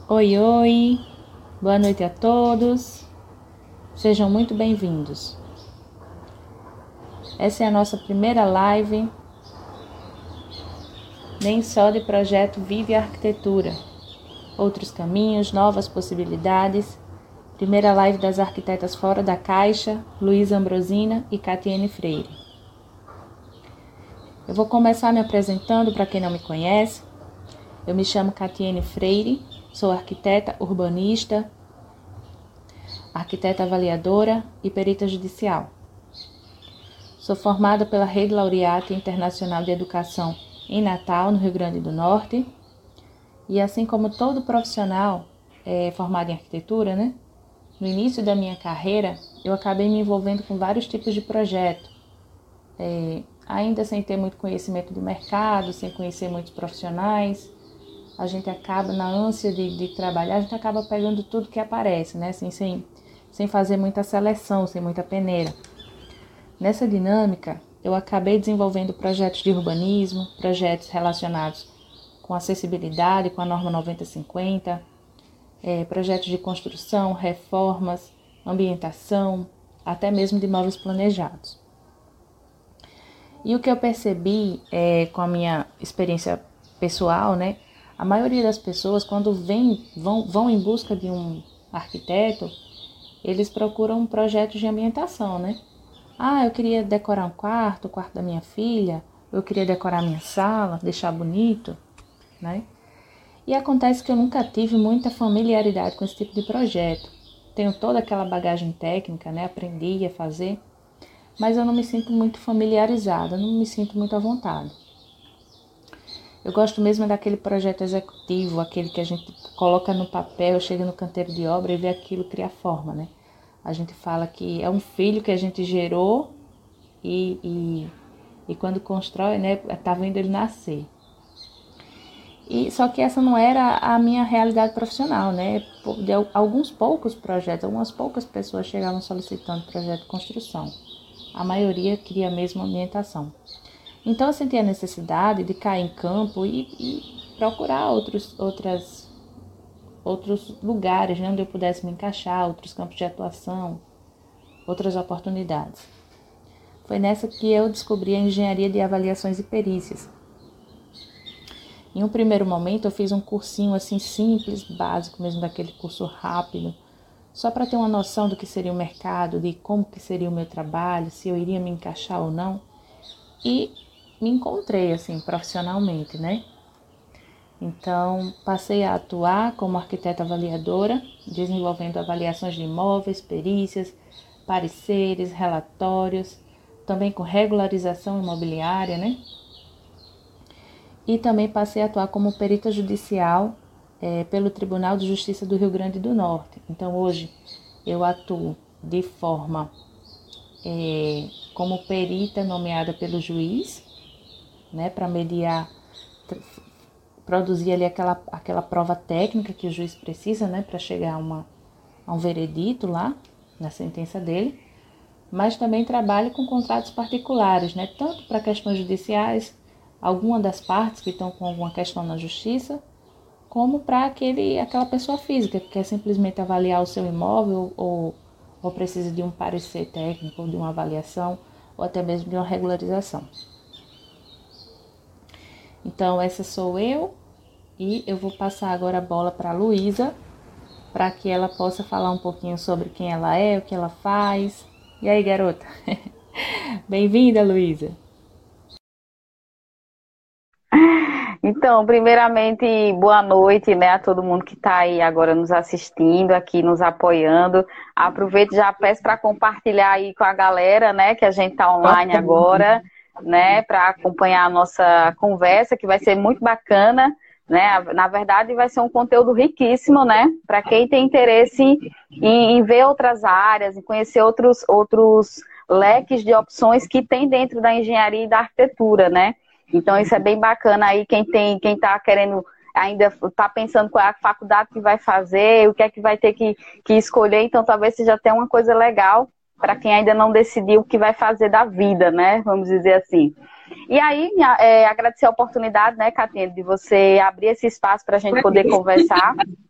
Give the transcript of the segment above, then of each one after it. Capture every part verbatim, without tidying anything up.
Oi, oi, boa noite a todos, sejam muito bem-vindos. Essa é a nossa primeira live, nem só de projeto Vive a Arquitetura, outros caminhos, novas possibilidades, primeira live das arquitetas fora da caixa, Luísa Ambrosina e Catiene Freire. Eu vou começar me apresentando para quem não me conhece. Eu me chamo Catiene Freire, sou arquiteta urbanista, arquiteta avaliadora e perita judicial. Sou formada pela Rede Laureate Internacional de Educação em Natal, no Rio Grande do Norte. E assim como todo profissional é, formado em arquitetura, né? No início da minha carreira, eu acabei me envolvendo com vários tipos de projeto. É, ainda sem ter muito conhecimento do mercado, sem conhecer muitos profissionais. A gente acaba, na ânsia de, de trabalhar, a gente acaba pegando tudo que aparece, né? Assim, sem, sem fazer muita seleção, sem muita peneira. Nessa dinâmica, eu acabei desenvolvendo projetos de urbanismo, projetos relacionados com acessibilidade, com a norma noventa cinquenta, é, projetos de construção, reformas, ambientação, até mesmo de imóveis planejados. E o que eu percebi é, com a minha experiência pessoal, né? A maioria das pessoas, quando vem, vão, vão em busca de um arquiteto, eles procuram um projeto de ambientação, né? Ah, eu queria decorar um quarto, o quarto da minha filha, eu queria decorar minha sala, deixar bonito, né? E acontece que eu nunca tive muita familiaridade com esse tipo de projeto. Tenho toda aquela bagagem técnica, né? Aprendi a fazer, mas eu não me sinto muito familiarizada, não me sinto muito à vontade. Eu gosto mesmo daquele projeto executivo, aquele que a gente coloca no papel, chega no canteiro de obra e vê aquilo criar forma, né? A gente fala que é um filho que a gente gerou e, e, e quando constrói, né, tá vendo ele nascer. E, só que essa não era a minha realidade profissional, né? De alguns poucos projetos, algumas poucas pessoas chegavam solicitando projeto de construção. A maioria queria mesmo ambientação. Então eu senti a necessidade de cair em campo e, e procurar outros, outras, outros lugares, né, onde eu pudesse me encaixar, outros campos de atuação, outras oportunidades. Foi nessa que eu descobri a engenharia de avaliações e perícias. Em um primeiro momento eu fiz um cursinho assim simples, básico mesmo, daquele curso rápido, só para ter uma noção do que seria o mercado, de como que seria o meu trabalho, se eu iria me encaixar ou não. E me encontrei assim profissionalmente, né? Então, passei a atuar como arquiteta avaliadora, desenvolvendo avaliações de imóveis, perícias, pareceres, relatórios, também com regularização imobiliária, né? E também passei a atuar como perita judicial é, pelo Tribunal de Justiça do Rio Grande do Norte. Então, hoje, eu atuo de forma é, como perita nomeada pelo juiz, né, para mediar, produzir ali aquela, aquela prova técnica que o juiz precisa, né, para chegar a, uma, a um veredito lá, na sentença dele, mas também trabalho com contratos particulares, né, tanto para questões judiciais, alguma das partes que estão com alguma questão na justiça, como para aquele, aquela pessoa física que quer simplesmente avaliar o seu imóvel ou, ou precisa de um parecer técnico, ou de uma avaliação, ou até mesmo de uma regularização. Então, essa sou eu e eu vou passar agora a bola para a Luísa, para que ela possa falar um pouquinho sobre quem ela é, o que ela faz. E aí, garota? Bem-vinda, Luísa. Então, primeiramente, boa noite, né, a todo mundo que está aí agora nos assistindo, aqui nos apoiando. Aproveito e já peço para compartilhar aí com a galera, né, que a gente está online agora, né, para acompanhar a nossa conversa, que vai ser muito bacana, né. Na verdade, vai ser um conteúdo riquíssimo, né, para quem tem interesse em, em ver outras áreas, em conhecer outros, outros leques de opções que tem dentro da engenharia e da arquitetura, né. Então isso é bem bacana aí, quem tem, quem está querendo, ainda está pensando qual é a faculdade que vai fazer, o que é que vai ter que, que escolher, então talvez seja até uma coisa legal para quem ainda não decidiu o que vai fazer da vida, né? Vamos dizer assim. E aí, é, agradecer a oportunidade, né, Catiene, de você abrir esse espaço para a gente poder conversar.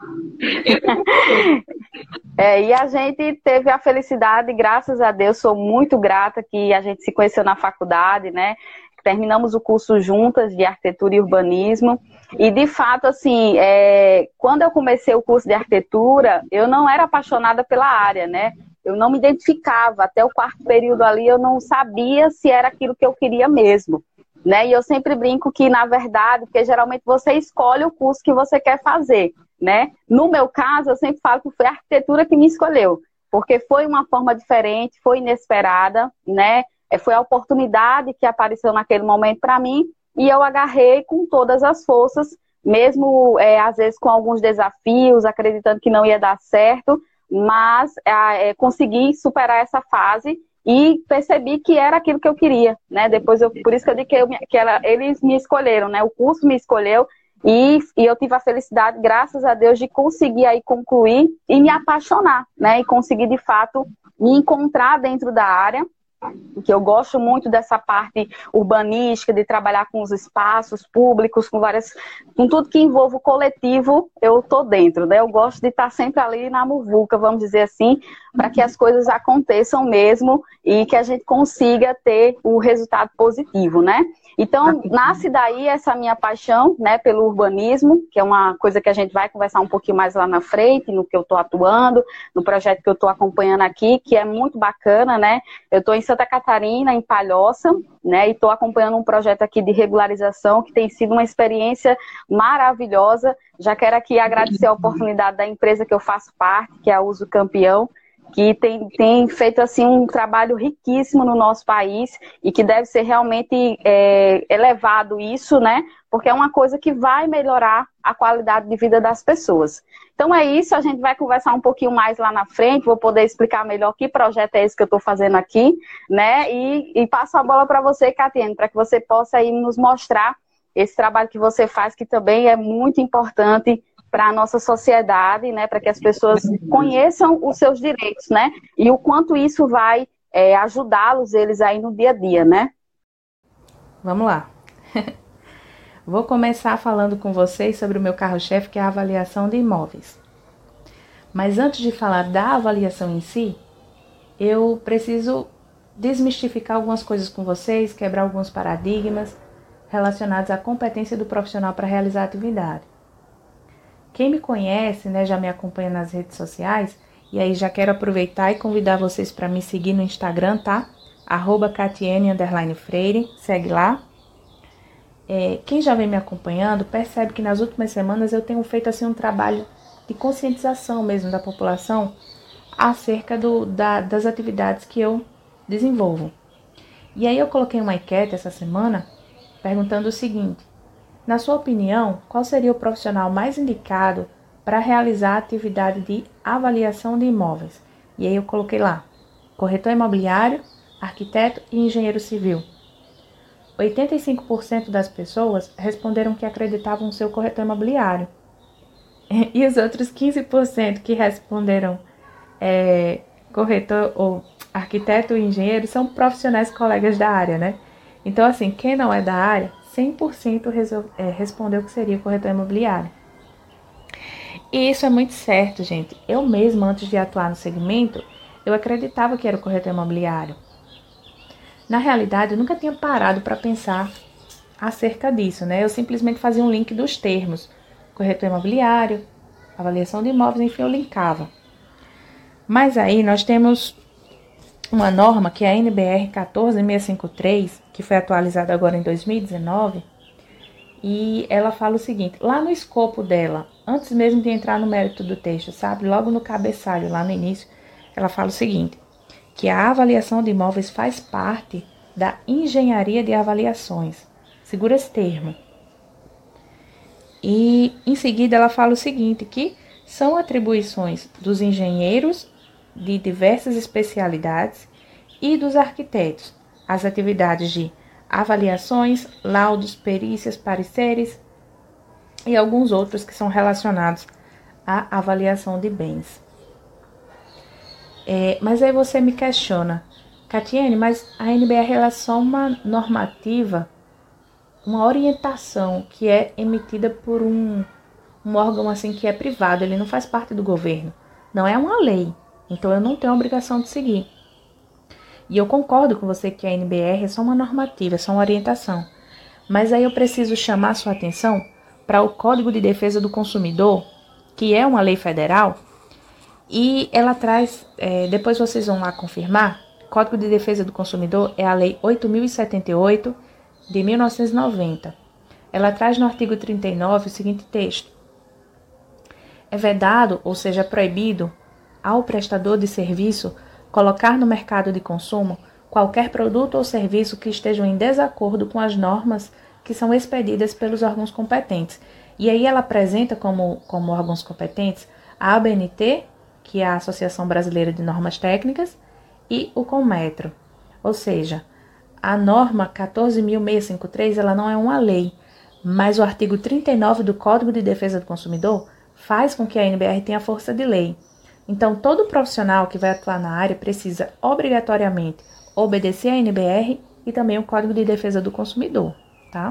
É, e a gente teve a felicidade, graças a Deus, sou muito grata que a gente se conheceu na faculdade, né? Terminamos o curso juntas de arquitetura e urbanismo. E, de fato, assim, é, quando eu comecei o curso de arquitetura, eu não era apaixonada pela área, né? Eu não me identificava. Até o quarto período ali, eu não sabia se era aquilo que eu queria mesmo. Né? E eu sempre brinco que, na verdade, porque geralmente você escolhe o curso que você quer fazer. Né? No meu caso, eu sempre falo que foi a arquitetura que me escolheu. Porque foi uma forma diferente, foi inesperada, né? Foi a oportunidade que apareceu naquele momento para mim e eu agarrei com todas as forças, mesmo é, às vezes com alguns desafios, acreditando que não ia dar certo, mas é, consegui superar essa fase e percebi que era aquilo que eu queria, né? Depois eu, por isso que eu digo que, eu, que ela, eles me escolheram, né? O curso me escolheu e, e eu tive a felicidade, graças a Deus, de conseguir aí concluir e me apaixonar, né? E conseguir de fato me encontrar dentro da área. Que eu gosto muito dessa parte urbanística, de trabalhar com os espaços públicos, com várias, com tudo que envolve o coletivo, eu tô dentro, né? Eu gosto de estar sempre ali na muvuca, vamos dizer assim, para que as coisas aconteçam mesmo e que a gente consiga ter o resultado positivo, né? Então, nasce daí essa minha paixão, né, pelo urbanismo, que é uma coisa que a gente vai conversar um pouquinho mais lá na frente, no que eu estou atuando, no projeto que eu estou acompanhando aqui, que é muito bacana, né? Eu estou em Santa Catarina, em Palhoça, né, e estou acompanhando um projeto aqui de regularização, que tem sido uma experiência maravilhosa. Já quero aqui agradecer a oportunidade da empresa que eu faço parte, que é a Uso Campeão, que tem, tem feito assim um trabalho riquíssimo no nosso país e que deve ser realmente é, elevado isso, né? Porque é uma coisa que vai melhorar a qualidade de vida das pessoas. Então é isso, a gente vai conversar um pouquinho mais lá na frente, vou poder explicar melhor que projeto é esse que eu estou fazendo aqui, né? E, e passo a bola para você, Catiene, para que você possa aí nos mostrar esse trabalho que você faz, que também é muito importante para a nossa sociedade, né, para que as pessoas conheçam os seus direitos, né, e o quanto isso vai é, ajudá-los eles aí no dia a dia, né? Vamos lá. Vou começar falando com vocês sobre o meu carro-chefe, que é a avaliação de imóveis. Mas antes de falar da avaliação em si, eu preciso desmistificar algumas coisas com vocês, quebrar alguns paradigmas relacionados à competência do profissional para realizar a atividade. Quem me conhece, né, já me acompanha nas redes sociais, e aí já quero aproveitar e convidar vocês para me seguir no Instagram, tá? arroba Catiene underline Freire, segue lá. É, quem já vem me acompanhando percebe que nas últimas semanas eu tenho feito assim um trabalho de conscientização mesmo da população acerca do, da, das atividades que eu desenvolvo. E aí eu coloquei uma enquete essa semana perguntando o seguinte: na sua opinião, qual seria o profissional mais indicado para realizar a atividade de avaliação de imóveis? E aí eu coloquei lá, corretor imobiliário, arquiteto e engenheiro civil. oitenta e cinco por cento das pessoas responderam que acreditavam ser o corretor imobiliário. E os outros quinze por cento que responderam é, corretor ou arquiteto e engenheiro são profissionais colegas da área, né? Então, assim, quem não é da área, cem por cento resol- é, respondeu que seria corretor imobiliário. E isso é muito certo, gente. Eu mesma, antes de atuar no segmento, eu acreditava que era o corretor imobiliário. Na realidade, eu nunca tinha parado para pensar acerca disso, né? Eu simplesmente fazia um link dos termos. Corretor imobiliário, avaliação de imóveis, enfim, eu linkava. Mas aí nós temos uma norma que é a N B R um quatro seis cinco três, que foi atualizada agora em dois mil e dezenove, e ela fala o seguinte, lá no escopo dela, antes mesmo de entrar no mérito do texto, sabe, logo no cabeçalho, lá no início, ela fala o seguinte, que a avaliação de imóveis faz parte da engenharia de avaliações. Segura esse termo. E em seguida ela fala o seguinte, que são atribuições dos engenheiros de diversas especialidades e dos arquitetos, as atividades de avaliações, laudos, perícias, pareceres e alguns outros que são relacionados à avaliação de bens. É, mas aí você me questiona, Catiene, mas a N B R ela é só uma normativa, uma orientação que é emitida por um, um órgão assim que é privado, ele não faz parte do governo. Não é uma lei, então eu não tenho a obrigação de seguir. E eu concordo com você que a N B R é só uma normativa, é só uma orientação. Mas aí eu preciso chamar a sua atenção para o Código de Defesa do Consumidor, que é uma lei federal, e ela traz, é, depois vocês vão lá confirmar, Código de Defesa do Consumidor é a Lei oito mil e setenta e oito de mil novecentos e noventa. Ela traz no artigo trinta e nove o seguinte texto: é vedado, ou seja, proibido, ao prestador de serviço colocar no mercado de consumo qualquer produto ou serviço que estejam em desacordo com as normas que são expedidas pelos órgãos competentes. E aí ela apresenta como, como órgãos competentes a A B N T, que é a Associação Brasileira de Normas Técnicas, e o Conmetro. Ou seja, a norma quatorze mil seiscentos e cinquenta e três ela não é uma lei, mas o artigo trinta e nove do Código de Defesa do Consumidor faz com que a N B R tenha força de lei. Então, todo profissional que vai atuar na área precisa obrigatoriamente obedecer a N B R e também o Código de Defesa do Consumidor, tá?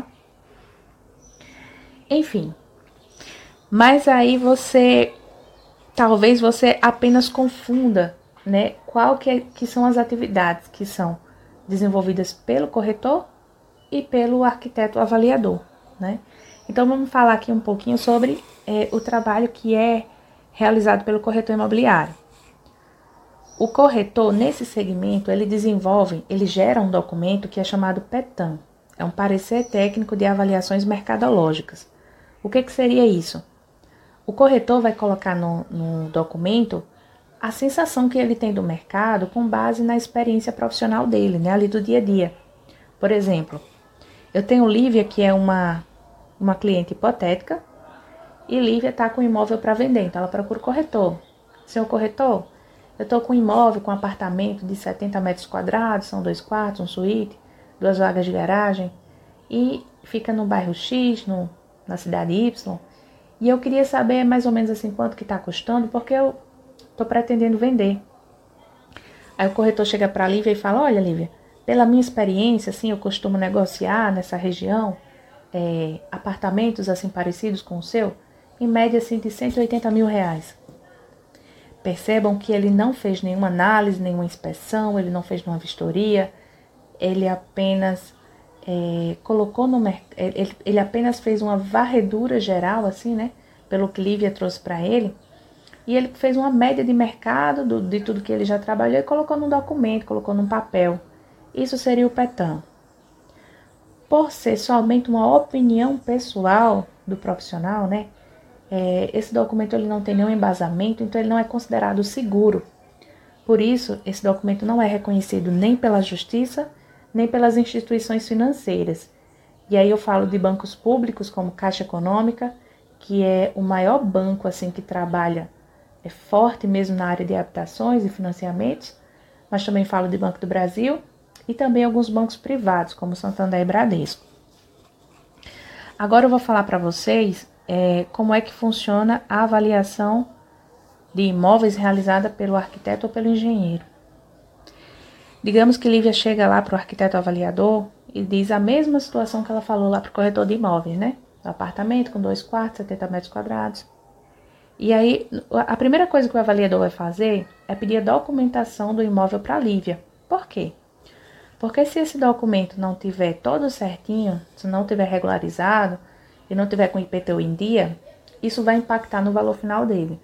Enfim, mas aí você, talvez você apenas confunda, né, qual que, é, que são as atividades que são desenvolvidas pelo corretor e pelo arquiteto avaliador, né? Então, vamos falar aqui um pouquinho sobre é, o trabalho que é realizado pelo corretor imobiliário. O corretor, nesse segmento, ele desenvolve, ele gera um documento que é chamado PETAM. É um parecer técnico de avaliações mercadológicas. O que, que seria isso? O corretor vai colocar no, no documento a sensação que ele tem do mercado com base na experiência profissional dele, né, ali do dia a dia. Por exemplo, eu tenho Lívia, que é uma, uma cliente hipotética, e Lívia está com um imóvel para vender, então ela procura o corretor. Senhor corretor, eu estou com um imóvel, com um apartamento de setenta metros quadrados, são dois quartos, um suíte, duas vagas de garagem, e fica no bairro X, no, na cidade Y, e eu queria saber mais ou menos assim quanto que está custando, porque eu estou pretendendo vender. Aí o corretor chega para a Lívia e fala: olha, Lívia, pela minha experiência, assim, eu costumo negociar nessa região é, apartamentos assim parecidos com o seu, em média assim, de cento e oitenta mil reais. Percebam que ele não fez nenhuma análise, nenhuma inspeção, ele não fez nenhuma vistoria, ele apenas é, colocou no mercado, ele, ele apenas fez uma varredura geral, assim, né, pelo que Lívia trouxe para ele, e ele fez uma média de mercado do, de tudo que ele já trabalhou e colocou num documento, colocou num papel. Isso seria o PETAM. Por ser somente uma opinião pessoal do profissional, né, É, esse documento ele não tem nenhum embasamento, então ele não é considerado seguro. Por isso, esse documento não é reconhecido nem pela Justiça, nem pelas instituições financeiras. E aí eu falo de bancos públicos, como Caixa Econômica, que é o maior banco assim que trabalha, é forte mesmo na área de habitações e financiamentos, mas também falo de Banco do Brasil e também alguns bancos privados, como Santander e Bradesco. Agora eu vou falar para vocês É, como é que funciona a avaliação de imóveis realizada pelo arquiteto ou pelo engenheiro. Digamos que Lívia chega lá para o arquiteto avaliador e diz a mesma situação que ela falou lá para o corretor de imóveis, né? Um apartamento com dois quartos, setenta metros quadrados. E aí, a primeira coisa que o avaliador vai fazer é pedir a documentação do imóvel para Lívia. Por quê? Porque se esse documento não tiver todo certinho, se não tiver regularizado, e não tiver com o I P T U em dia, isso vai impactar no valor final dele.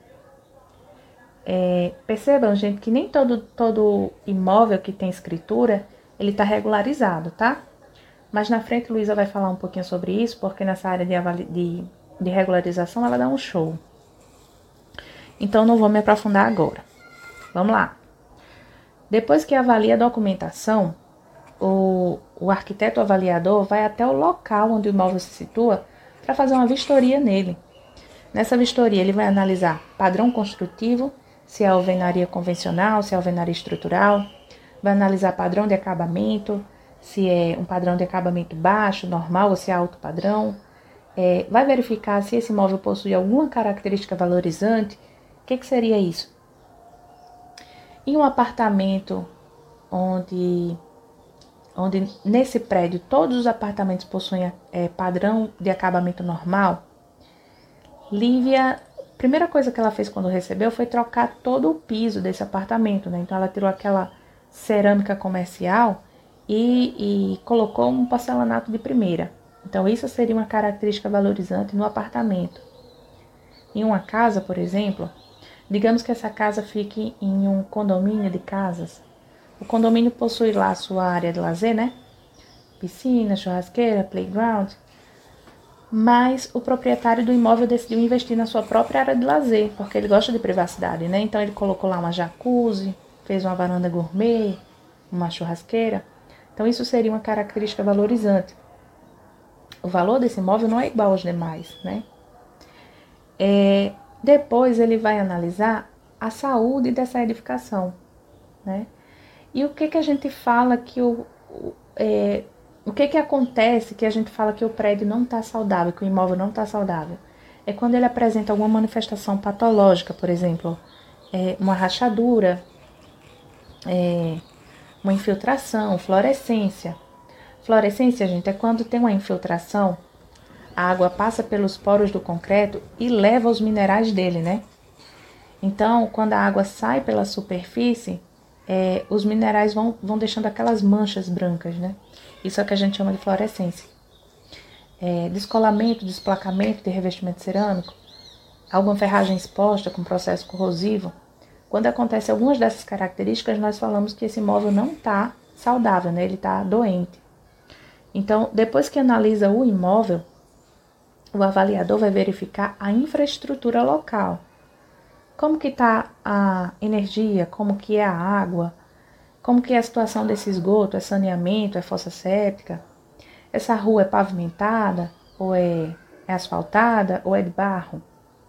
É, percebam, gente, que nem todo, todo imóvel que tem escritura, ele está regularizado, tá? Mas na frente, Luísa vai falar um pouquinho sobre isso, porque nessa área de, de, de regularização, ela dá um show. Então, não vou me aprofundar agora. Vamos lá. Depois que avalia a documentação, o, o arquiteto avaliador vai até o local onde o imóvel se situa para fazer uma vistoria nele. Nessa vistoria, ele vai analisar padrão construtivo, se é alvenaria convencional, se é alvenaria estrutural, vai analisar padrão de acabamento, se é um padrão de acabamento baixo, normal ou se é alto padrão, é, vai verificar se esse imóvel possui alguma característica valorizante. O que, que seria isso? Em um apartamento onde, onde nesse prédio todos os apartamentos possuem é, padrão de acabamento normal, Lívia, a primeira coisa que ela fez quando recebeu foi trocar todo o piso desse apartamento, né? Então ela tirou aquela cerâmica comercial e, e colocou um porcelanato de primeira. Então isso seria uma característica valorizante no apartamento. Em uma casa, por exemplo, digamos que essa casa fique em um condomínio de casas. O condomínio possui lá a sua área de lazer, né? Piscina, churrasqueira, playground. Mas o proprietário do imóvel decidiu investir na sua própria área de lazer, porque ele gosta de privacidade, né? Então ele colocou lá uma jacuzzi, fez uma varanda gourmet, uma churrasqueira. Então isso seria uma característica valorizante. O valor desse imóvel não é igual aos demais, né? É, depois ele vai analisar a saúde dessa edificação, né? E o que que a gente fala que o, o, é, o que que acontece que a gente fala que o prédio não está saudável, que o imóvel não está saudável? É quando ele apresenta alguma manifestação patológica, por exemplo, é, uma rachadura, é, uma infiltração, fluorescência. Fluorescência, gente, é quando tem uma infiltração, a água passa pelos poros do concreto e leva os minerais dele, né? Então, quando a água sai pela superfície, é, os minerais vão, vão deixando aquelas manchas brancas, né? Isso é o que a gente chama de fluorescência. É, descolamento, desplacamento de revestimento cerâmico, alguma ferragem exposta com processo corrosivo. Quando acontece algumas dessas características, nós falamos que esse imóvel não está saudável, né? Ele está doente. Então, depois que analisa o imóvel, o avaliador vai verificar a infraestrutura local. Como que está a energia, como que é a água, como que é a situação desse esgoto, é saneamento, é fossa séptica, essa rua é pavimentada, ou é, é asfaltada, ou é de barro.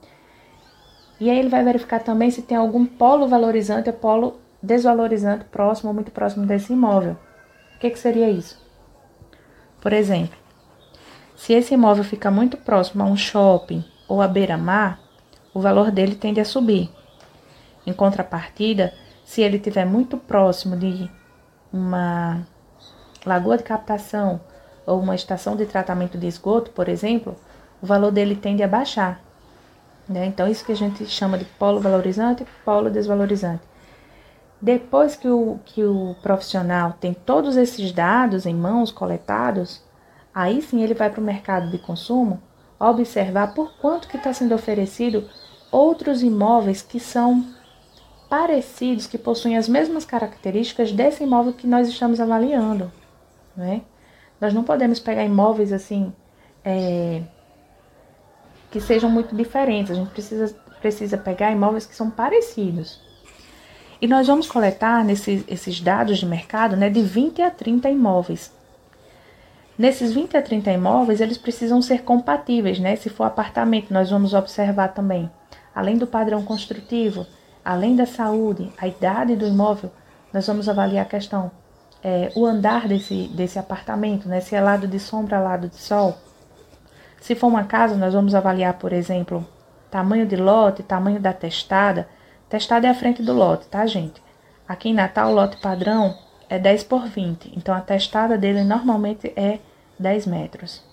E aí ele vai verificar também se tem algum polo valorizante ou polo desvalorizante próximo ou muito próximo desse imóvel. O que que seria isso? Por exemplo, se esse imóvel fica muito próximo a um shopping ou à beira-mar, o valor dele tende a subir. Em contrapartida, se ele estiver muito próximo de uma lagoa de captação ou uma estação de tratamento de esgoto, por exemplo, o valor dele tende a baixar, né? Então, isso que a gente chama de polo valorizante e polo desvalorizante. Depois que o, que o profissional tem todos esses dados em mãos coletados, aí sim ele vai para o mercado de consumo observar por quanto que está sendo oferecido outros imóveis que são parecidos, que possuem as mesmas características desse imóvel que nós estamos avaliando, né? Nós não podemos pegar imóveis assim, é, que sejam muito diferentes, a gente precisa, precisa pegar imóveis que são parecidos. E nós vamos coletar nesses, esses dados de mercado, né, de vinte a trinta imóveis. Nesses vinte a trinta imóveis, eles precisam ser compatíveis, né? Se for apartamento, nós vamos observar também, além do padrão construtivo, além da saúde, a idade do imóvel, nós vamos avaliar a questão, é, o andar desse, desse apartamento, né? Se é lado de sombra, lado de sol. Se for uma casa, nós vamos avaliar, por exemplo, tamanho de lote, tamanho da testada. Testada é a frente do lote, tá, gente? Aqui em Natal, o lote padrão é dez por vinte, então a testada dele normalmente é dez metros.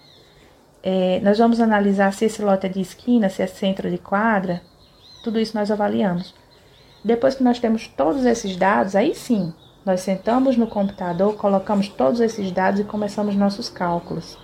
É, nós vamos analisar se esse lote é de esquina, se é centro de quadra, tudo isso nós avaliamos. Depois que nós temos todos esses dados, aí sim, nós sentamos no computador, colocamos todos esses dados e começamos nossos cálculos.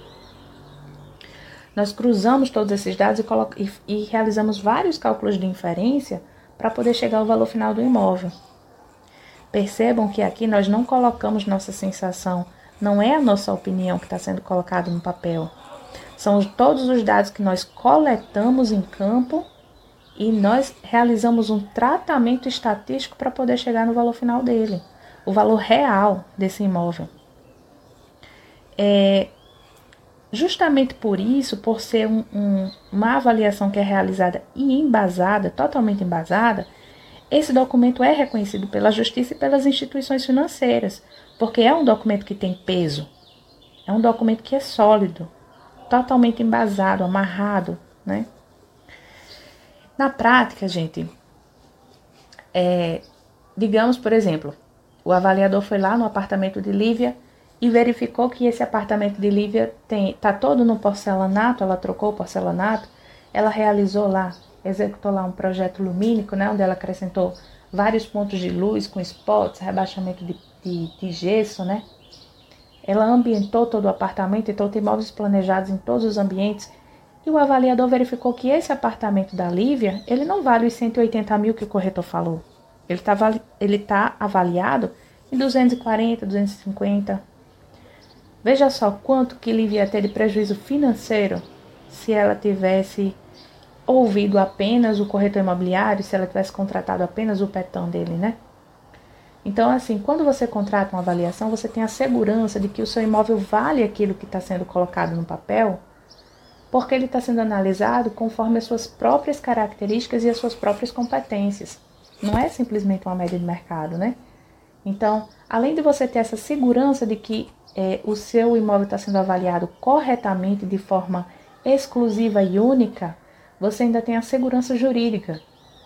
Nós cruzamos todos esses dados e, e, e realizamos vários cálculos de inferência para poder chegar ao valor final do imóvel. Percebam que aqui nós não colocamos nossa sensação, não é a nossa opinião que está sendo colocada no papel. São todos os dados que nós coletamos em campo e nós realizamos um tratamento estatístico para poder chegar no valor final dele, o valor real desse imóvel. É, justamente por isso, por ser um, um, uma avaliação que é realizada e embasada, totalmente embasada, esse documento é reconhecido pela Justiça e pelas instituições financeiras, porque é um documento que tem peso, é um documento que é sólido, totalmente embasado, amarrado, né? Na prática, gente, é, digamos, por exemplo, o avaliador foi lá no apartamento de Lívia e verificou que esse apartamento de Lívia tem, tá todo no porcelanato, ela trocou o porcelanato, ela realizou lá, executou lá um projeto lumínico, né, onde ela acrescentou vários pontos de luz com spots, rebaixamento de, de, de gesso, né? Ela ambientou todo o apartamento, então tem móveis planejados em todos os ambientes. E o avaliador verificou que esse apartamento da Lívia, ele não vale os cento e oitenta mil que o corretor falou. Ele está ele tá avaliado em duzentos e quarenta, duzentos e cinquenta. Veja só quanto que Lívia ia ter de prejuízo financeiro se ela tivesse ouvido apenas o corretor imobiliário, se ela tivesse contratado apenas o petão dele, né? Então, assim, quando você contrata uma avaliação, você tem a segurança de que o seu imóvel vale aquilo que está sendo colocado no papel, porque ele está sendo analisado conforme as suas próprias características e as suas próprias competências. Não é simplesmente uma média de mercado, né? Então, além de você ter essa segurança de que é, o seu imóvel está sendo avaliado corretamente, de forma exclusiva e única, você ainda tem a segurança jurídica,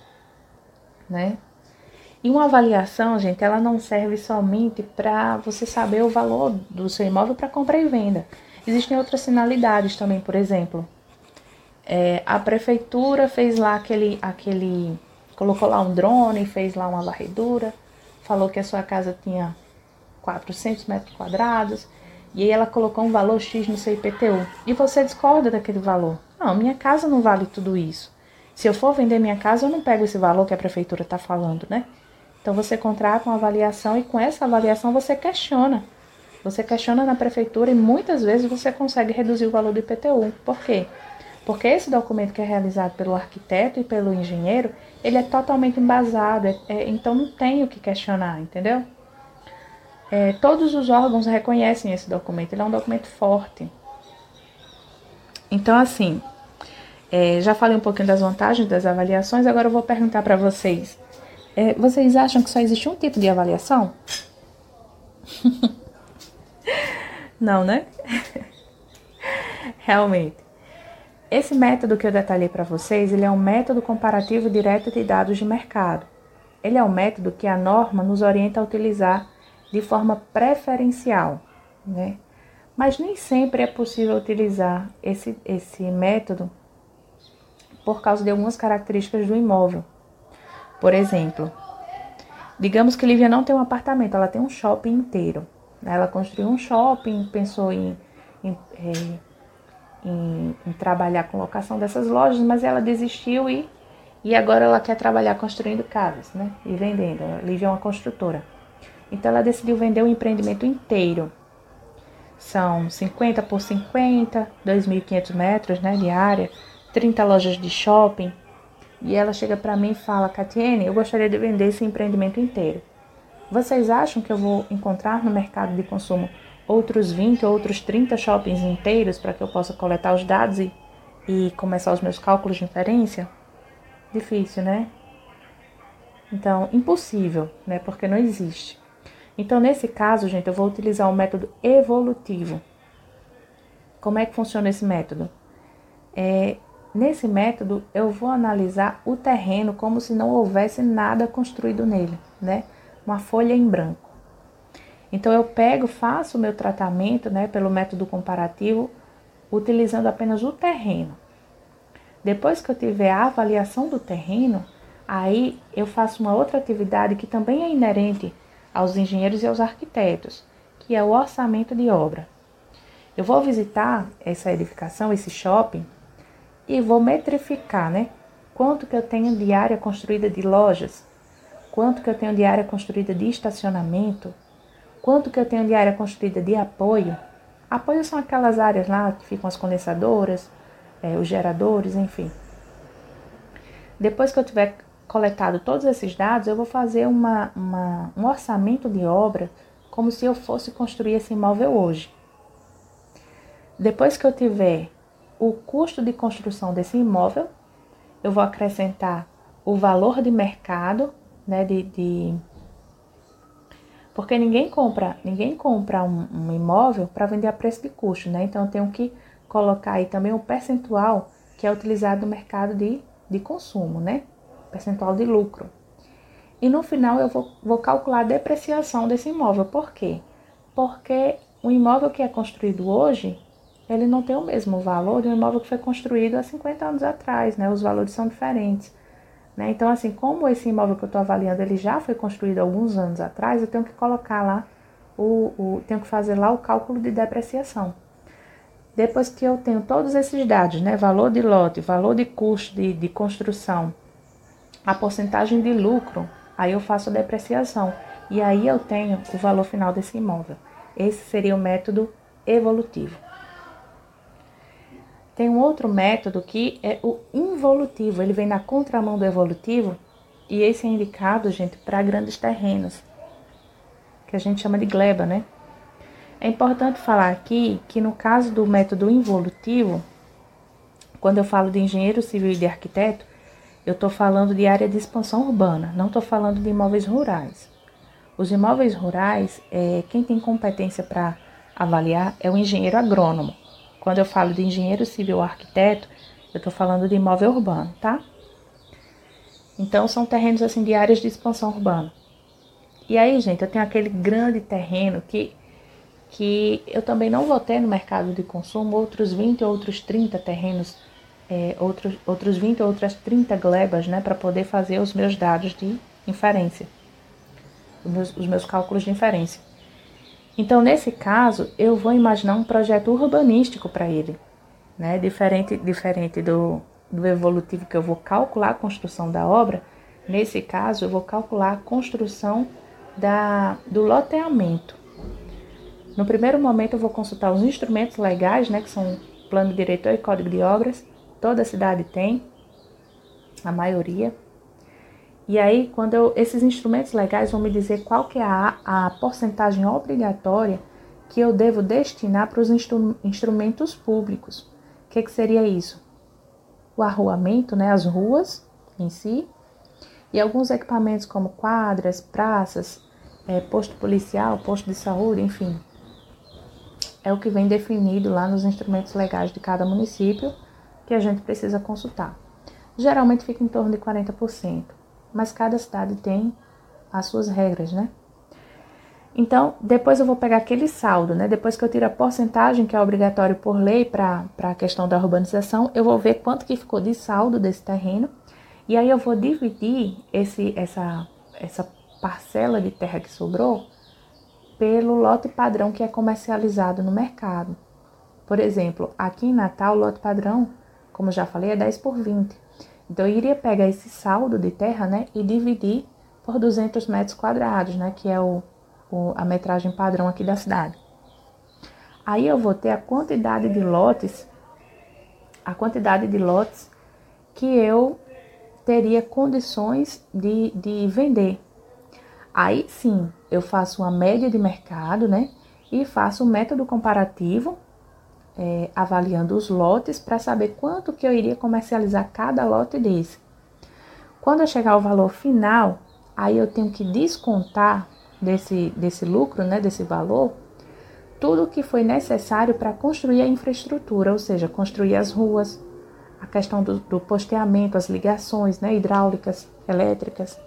né? E uma avaliação, gente, ela não serve somente para você saber o valor do seu imóvel para compra e venda. Existem outras finalidades também, por exemplo, é, a prefeitura fez lá aquele, aquele, colocou lá um drone, fez lá uma varredura, falou que a sua casa tinha quatrocentos metros quadrados, e aí ela colocou um valor X no seu I P T U. E você discorda daquele valor. Não, minha casa não vale tudo isso. Se eu for vender minha casa, eu não pego esse valor que a prefeitura está falando, né? Então você contrata uma avaliação e com essa avaliação você questiona. Você questiona na prefeitura e muitas vezes você consegue reduzir o valor do I P T U. Por quê? Porque esse documento que é realizado pelo arquiteto e pelo engenheiro, ele é totalmente embasado, é, é, então não tem o que questionar, entendeu? É, todos os órgãos reconhecem esse documento, ele é um documento forte. Então, assim, é, já falei um pouquinho das vantagens das avaliações, agora eu vou perguntar para vocês. É, vocês acham que só existe um tipo de avaliação? Não, né? Realmente. Esse método que eu detalhei para vocês, ele é um método comparativo direto de dados de mercado. Ele é um método que a norma nos orienta a utilizar de forma preferencial, né? Mas nem sempre é possível utilizar esse, esse método por causa de algumas características do imóvel. Por exemplo, digamos que Lívia não tem um apartamento, ela tem um shopping inteiro. Ela construiu um shopping, pensou em, em, em, em trabalhar com locação dessas lojas, mas ela desistiu e, e agora ela quer trabalhar construindo casas, né? E vendendo. A Lívia é uma construtora. Então ela decidiu vender o empreendimento inteiro. São cinquenta por cinquenta, dois mil e quinhentos metros, né, de área, trinta lojas de shopping. E ela chega para mim e fala: Catiene, eu gostaria de vender esse empreendimento inteiro. Vocês acham que eu vou encontrar no mercado de consumo outros vinte, outros trinta shoppings inteiros para que eu possa coletar os dados e, e começar os meus cálculos de inferência? Difícil, né? Então, impossível, né? Porque não existe. Então, nesse caso, gente, eu vou utilizar o método evolutivo. Como é que funciona esse método? É, nesse método, eu vou analisar o terreno como se não houvesse nada construído nele, né? Uma folha em branco. Então, eu pego, faço o meu tratamento, né, pelo método comparativo, utilizando apenas o terreno. Depois que eu tiver a avaliação do terreno, aí eu faço uma outra atividade que também é inerente aos engenheiros e aos arquitetos, que é o orçamento de obra. Eu vou visitar essa edificação, esse shopping, e vou metrificar, né? Quanto que eu tenho de área construída de lojas, quanto que eu tenho de área construída de estacionamento, quanto que eu tenho de área construída de apoio. Apoio são aquelas áreas lá que ficam as condensadoras, é, os geradores, enfim. Depois que eu tiver coletado todos esses dados, eu vou fazer uma, uma, um orçamento de obra como se eu fosse construir esse imóvel hoje. Depois que eu tiver o custo de construção desse imóvel, eu vou acrescentar o valor de mercado, né, de, de... porque ninguém compra, ninguém compra um, um imóvel para vender a preço de custo, né? Então eu tenho que colocar aí também o percentual que é utilizado no mercado de, de consumo, né? Percentual de lucro. E no final eu vou, vou calcular a depreciação desse imóvel. Por quê? Porque o imóvel que é construído hoje, ele não tem o mesmo valor de um imóvel que foi construído há cinquenta anos atrás, né? Os valores são diferentes, né? Então, assim, como esse imóvel que eu estou avaliando, ele já foi construído há alguns anos atrás, eu tenho que colocar lá, o, o, tenho que fazer lá o cálculo de depreciação. Depois que eu tenho todos esses dados, né? Valor de lote, valor de custo de, de construção, a porcentagem de lucro, aí eu faço a depreciação. E aí eu tenho o valor final desse imóvel. Esse seria o método evolutivo. Tem um outro método que é o involutivo. Ele vem na contramão do evolutivo. E esse é indicado, gente, para grandes terrenos, que a gente chama de gleba, né? É importante falar aqui que no caso do método involutivo, quando eu falo de engenheiro civil e de arquiteto, eu estou falando de área de expansão urbana, não estou falando de imóveis rurais. Os imóveis rurais, é, quem tem competência para avaliar é o engenheiro agrônomo. Quando eu falo de engenheiro civil ou arquiteto, eu estou falando de imóvel urbano, tá? Então, são terrenos assim de áreas de expansão urbana. E aí, gente, eu tenho aquele grande terreno que, que eu também não vou ter no mercado de consumo, outros vinte, outros trinta terrenos, é, outros, outros vinte, outras trinta glebas, né, para poder fazer os meus dados de inferência, os meus, os meus cálculos de inferência. Então, nesse caso, eu vou imaginar um projeto urbanístico para ele, né? Diferente, diferente do, do evolutivo, que eu vou calcular a construção da obra. Nesse caso, eu vou calcular a construção da, do loteamento. No primeiro momento, eu vou consultar os instrumentos legais, né? Que são plano diretor e código de obras. Toda cidade tem, a maioria. E aí, quando eu, esses instrumentos legais vão me dizer qual que é a, a porcentagem obrigatória que eu devo destinar para os instru, instrumentos públicos. O que, que seria isso? O arruamento, né, as ruas em si, e alguns equipamentos como quadras, praças, é, posto policial, posto de saúde, enfim. É o que vem definido lá nos instrumentos legais de cada município que a gente precisa consultar. Geralmente fica em torno de quarenta por cento. Mas cada cidade tem as suas regras, né? Então, depois eu vou pegar aquele saldo, né? Depois que eu tiro a porcentagem, que é obrigatório por lei para a questão da urbanização, eu vou ver quanto que ficou de saldo desse terreno. E aí eu vou dividir esse, essa, essa parcela de terra que sobrou pelo lote padrão que é comercializado no mercado. Por exemplo, aqui em Natal, o lote padrão, como já falei, é dez por vinte. Então, eu iria pegar esse saldo de terra, né, e dividir por duzentos metros quadrados, né, que é o, o, a metragem padrão aqui da cidade. Aí eu vou ter a quantidade de lotes, a quantidade de lotes que eu teria condições de, de vender. Aí sim, eu faço uma média de mercado, né, e faço um método comparativo, É, avaliando os lotes para saber quanto que eu iria comercializar cada lote desse. Quando eu chegar ao valor final, aí eu tenho que descontar desse, desse lucro, né, desse valor, tudo que foi necessário para construir a infraestrutura, ou seja, construir as ruas, a questão do, do posteamento, as ligações, né, hidráulicas, elétricas.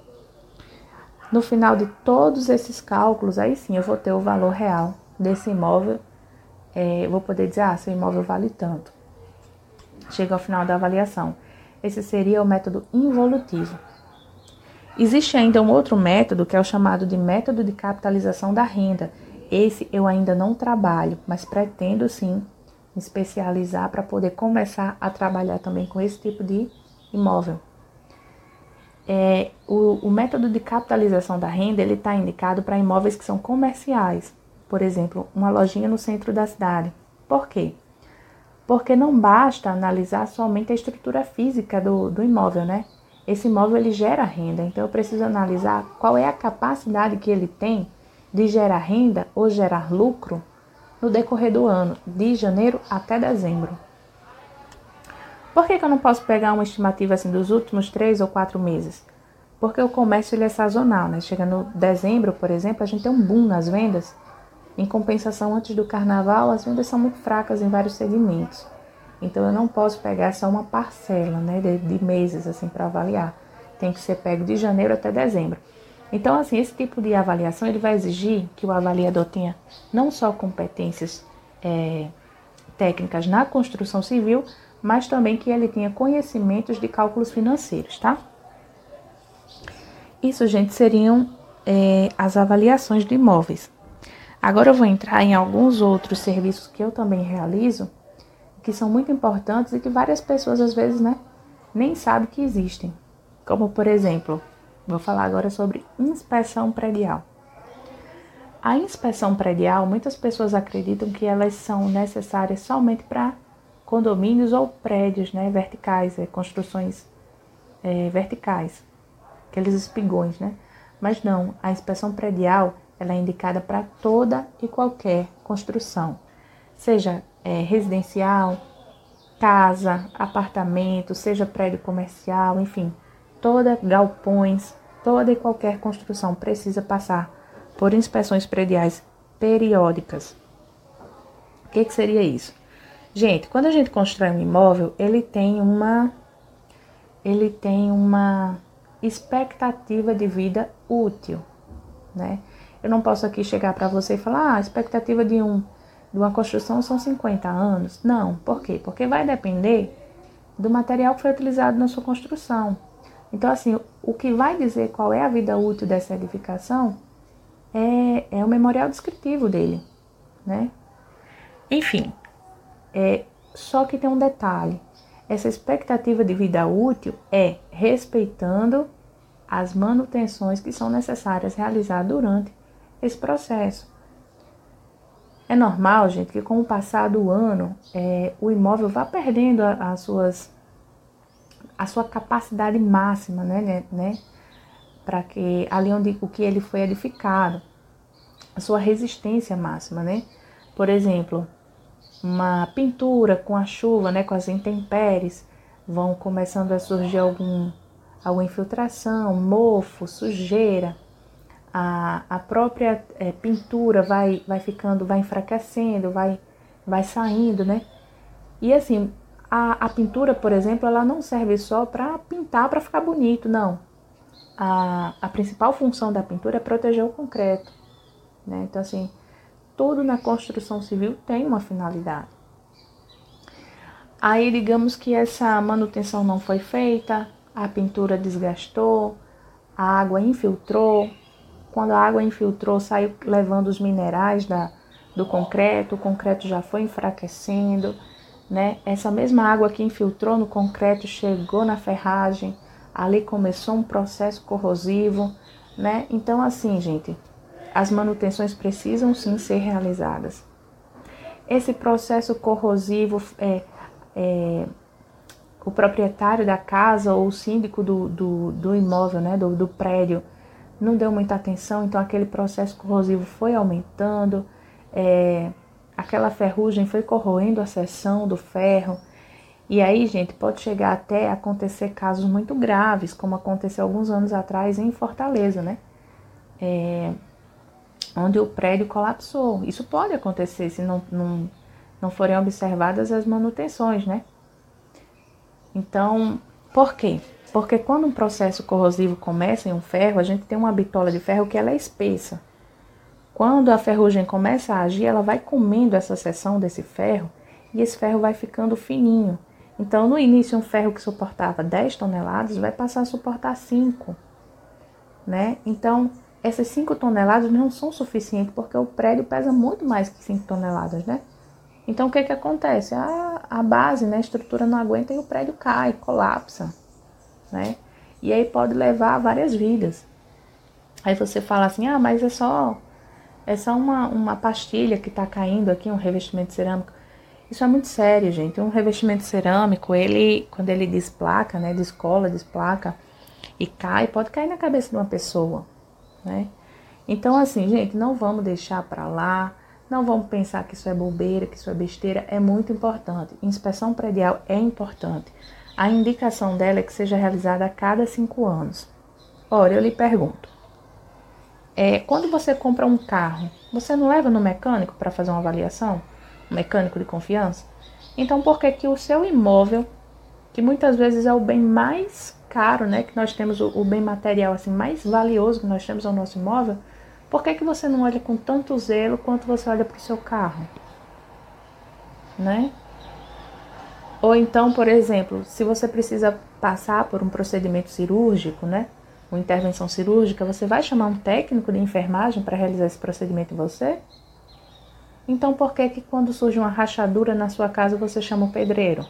No final de todos esses cálculos, aí sim eu vou ter o valor real desse imóvel. É, eu vou poder dizer, ah, seu imóvel vale tanto. Chega ao final da avaliação. Esse seria o método involutivo. Existe ainda um outro método, que é o chamado de método de capitalização da renda. Esse eu ainda não trabalho, mas pretendo sim me especializar para poder começar a trabalhar também com esse tipo de imóvel. É, o, o método de capitalização da renda, ele está indicado para imóveis que são comerciais. Por exemplo, uma lojinha no centro da cidade. Por quê? Porque não basta analisar somente a estrutura física do, do imóvel, né? Esse imóvel, ele gera renda, então eu preciso analisar qual é a capacidade que ele tem de gerar renda ou gerar lucro no decorrer do ano, de janeiro até dezembro. Por que que eu não posso pegar uma estimativa assim dos últimos três ou quatro meses? Porque o comércio, ele é sazonal, né? Chegando dezembro, por exemplo, a gente tem um boom nas vendas. Em compensação, antes do carnaval, as vendas são muito fracas em vários segmentos. Então, eu não posso pegar só uma parcela, né, de, de meses assim, para avaliar. tem que ser pego de janeiro até dezembro. Então, assim, esse tipo de avaliação ele vai exigir que o avaliador tenha não só competências é, técnicas na construção civil, mas também que ele tenha conhecimentos de cálculos financeiros, tá? Isso, gente, seriam é, as avaliações de imóveis. Agora eu vou entrar em alguns outros serviços que eu também realizo, que são muito importantes e que várias pessoas, às vezes, né, nem sabem que existem. Como, por exemplo, vou falar agora sobre inspeção predial. A inspeção predial, muitas pessoas acreditam que elas são necessárias somente para condomínios ou prédios, né, verticais, é, construções é, verticais, aqueles espigões, né? Mas não, a inspeção predial ela é indicada para toda e qualquer construção, seja é, residencial, casa, apartamento, seja prédio comercial, enfim, toda galpões, toda e qualquer construção precisa passar por inspeções prediais periódicas. O que, que seria isso? Gente, quando a gente constrói um imóvel, ele tem uma, ele tem uma expectativa de vida útil, né? Eu não posso aqui chegar para você e falar, ah, a expectativa de, um, de uma construção são cinquenta anos. Não, por quê? Porque vai depender do material que foi utilizado na sua construção. Então, assim, o que vai dizer qual é a vida útil dessa edificação é, é o memorial descritivo dele, né? Enfim, é, só que tem um detalhe. Essa expectativa de vida útil é respeitando as manutenções que são necessárias realizar durante esse processo. É normal, gente, que com o passar do ano, é, o imóvel vá perdendo a, as suas, a sua capacidade máxima, né, né, para que ali onde o que ele foi edificado, a sua resistência máxima, né? Por exemplo, uma pintura com a chuva, né, com as intempéries, vão começando a surgir algum, alguma infiltração, mofo, sujeira. A, a própria é, pintura vai, vai ficando, vai enfraquecendo, vai, vai saindo, né? E assim, a, a pintura, por exemplo, ela não serve só para pintar, para ficar bonito, não. A, a principal função da pintura é proteger o concreto, né? Então, assim, tudo na construção civil tem uma finalidade. Aí, digamos que essa manutenção não foi feita, a pintura desgastou, a água infiltrou. Quando a água infiltrou, saiu levando os minerais da, do concreto, o concreto já foi enfraquecendo, né? Essa mesma água que infiltrou no concreto chegou na ferragem, ali começou um processo corrosivo, né? Então, assim, gente, as manutenções precisam sim ser realizadas. Esse processo corrosivo, é, é, o proprietário da casa ou o síndico do, do, do imóvel, né, do, do prédio, não deu muita atenção, então aquele processo corrosivo foi aumentando, é, aquela ferrugem foi corroendo a seção do ferro, e aí, gente, pode chegar até acontecer casos muito graves, como aconteceu alguns anos atrás em Fortaleza, né? É, onde o prédio colapsou. Isso pode acontecer se não, não, não forem observadas as manutenções, né? Então, por quê? Porque quando um processo corrosivo começa em um ferro, a gente tem uma bitola de ferro que ela é espessa. Quando a ferrugem começa a agir, ela vai comendo essa seção desse ferro e esse ferro vai ficando fininho. Então, no início, um ferro que suportava dez toneladas vai passar a suportar cinco, né? Então, essas cinco toneladas não são suficientes porque o prédio pesa muito mais que cinco toneladas, né? Então, o que que acontece? A, a base, né, a estrutura não aguenta e o prédio cai, colapsa, né? E aí pode levar a várias vidas. Aí você fala assim, ah, mas é só, é só uma, uma pastilha que tá caindo aqui, um revestimento cerâmico. Isso é muito sério, gente. Um revestimento cerâmico, ele, quando ele desplaca, né, descola, desplaca e cai, pode cair na cabeça de uma pessoa, né? Então, assim, gente, não vamos deixar pra lá, não vamos pensar que isso é bobeira, que isso é besteira, é muito importante. Inspeção predial é importante. A indicação dela é que seja realizada a cada cinco anos. Ora, eu lhe pergunto, é, quando você compra um carro, você não leva no mecânico para fazer uma avaliação? Um mecânico de confiança? Então, por que que o seu imóvel, que muitas vezes é o bem mais caro, né, que nós temos o, o bem material assim mais valioso que nós temos ao nosso imóvel, por que que você não olha com tanto zelo quanto você olha para o seu carro, né? Ou então, por exemplo, se você precisa passar por um procedimento cirúrgico, né, uma intervenção cirúrgica, você vai chamar um técnico de enfermagem para realizar esse procedimento em você? Então, por que que quando surge uma rachadura na sua casa você chama o pedreiro?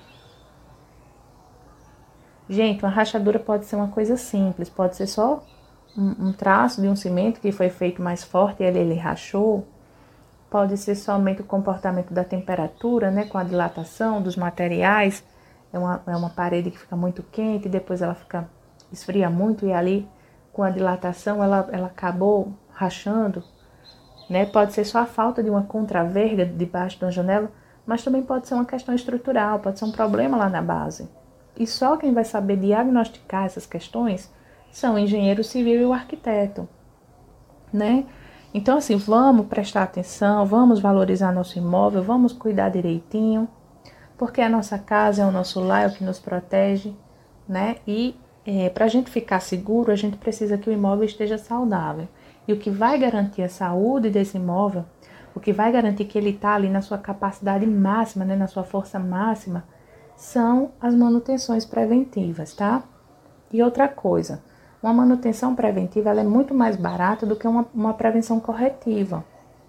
Gente, uma rachadura pode ser uma coisa simples, pode ser só um, um traço de um cimento que foi feito mais forte e ele, ele rachou. Pode ser somente o comportamento da temperatura, né, com a dilatação dos materiais. É uma, é uma parede que fica muito quente, depois ela fica, esfria muito e ali, com a dilatação, ela, ela acabou rachando. Né? Pode ser só a falta de uma contraverga debaixo da janela, mas também pode ser uma questão estrutural, pode ser um problema lá na base. E só quem vai saber diagnosticar essas questões são o engenheiro civil e o arquiteto, né? Então, assim, vamos prestar atenção, vamos valorizar nosso imóvel, vamos cuidar direitinho, porque a nossa casa é o nosso lar, é o que nos protege, né? E é, para a gente ficar seguro, a gente precisa que o imóvel esteja saudável. E o que vai garantir a saúde desse imóvel, o que vai garantir que ele está ali na sua capacidade máxima, né, na sua força máxima, são as manutenções preventivas, tá? E outra coisa, uma manutenção preventiva ela é muito mais barata do que uma, uma prevenção corretiva.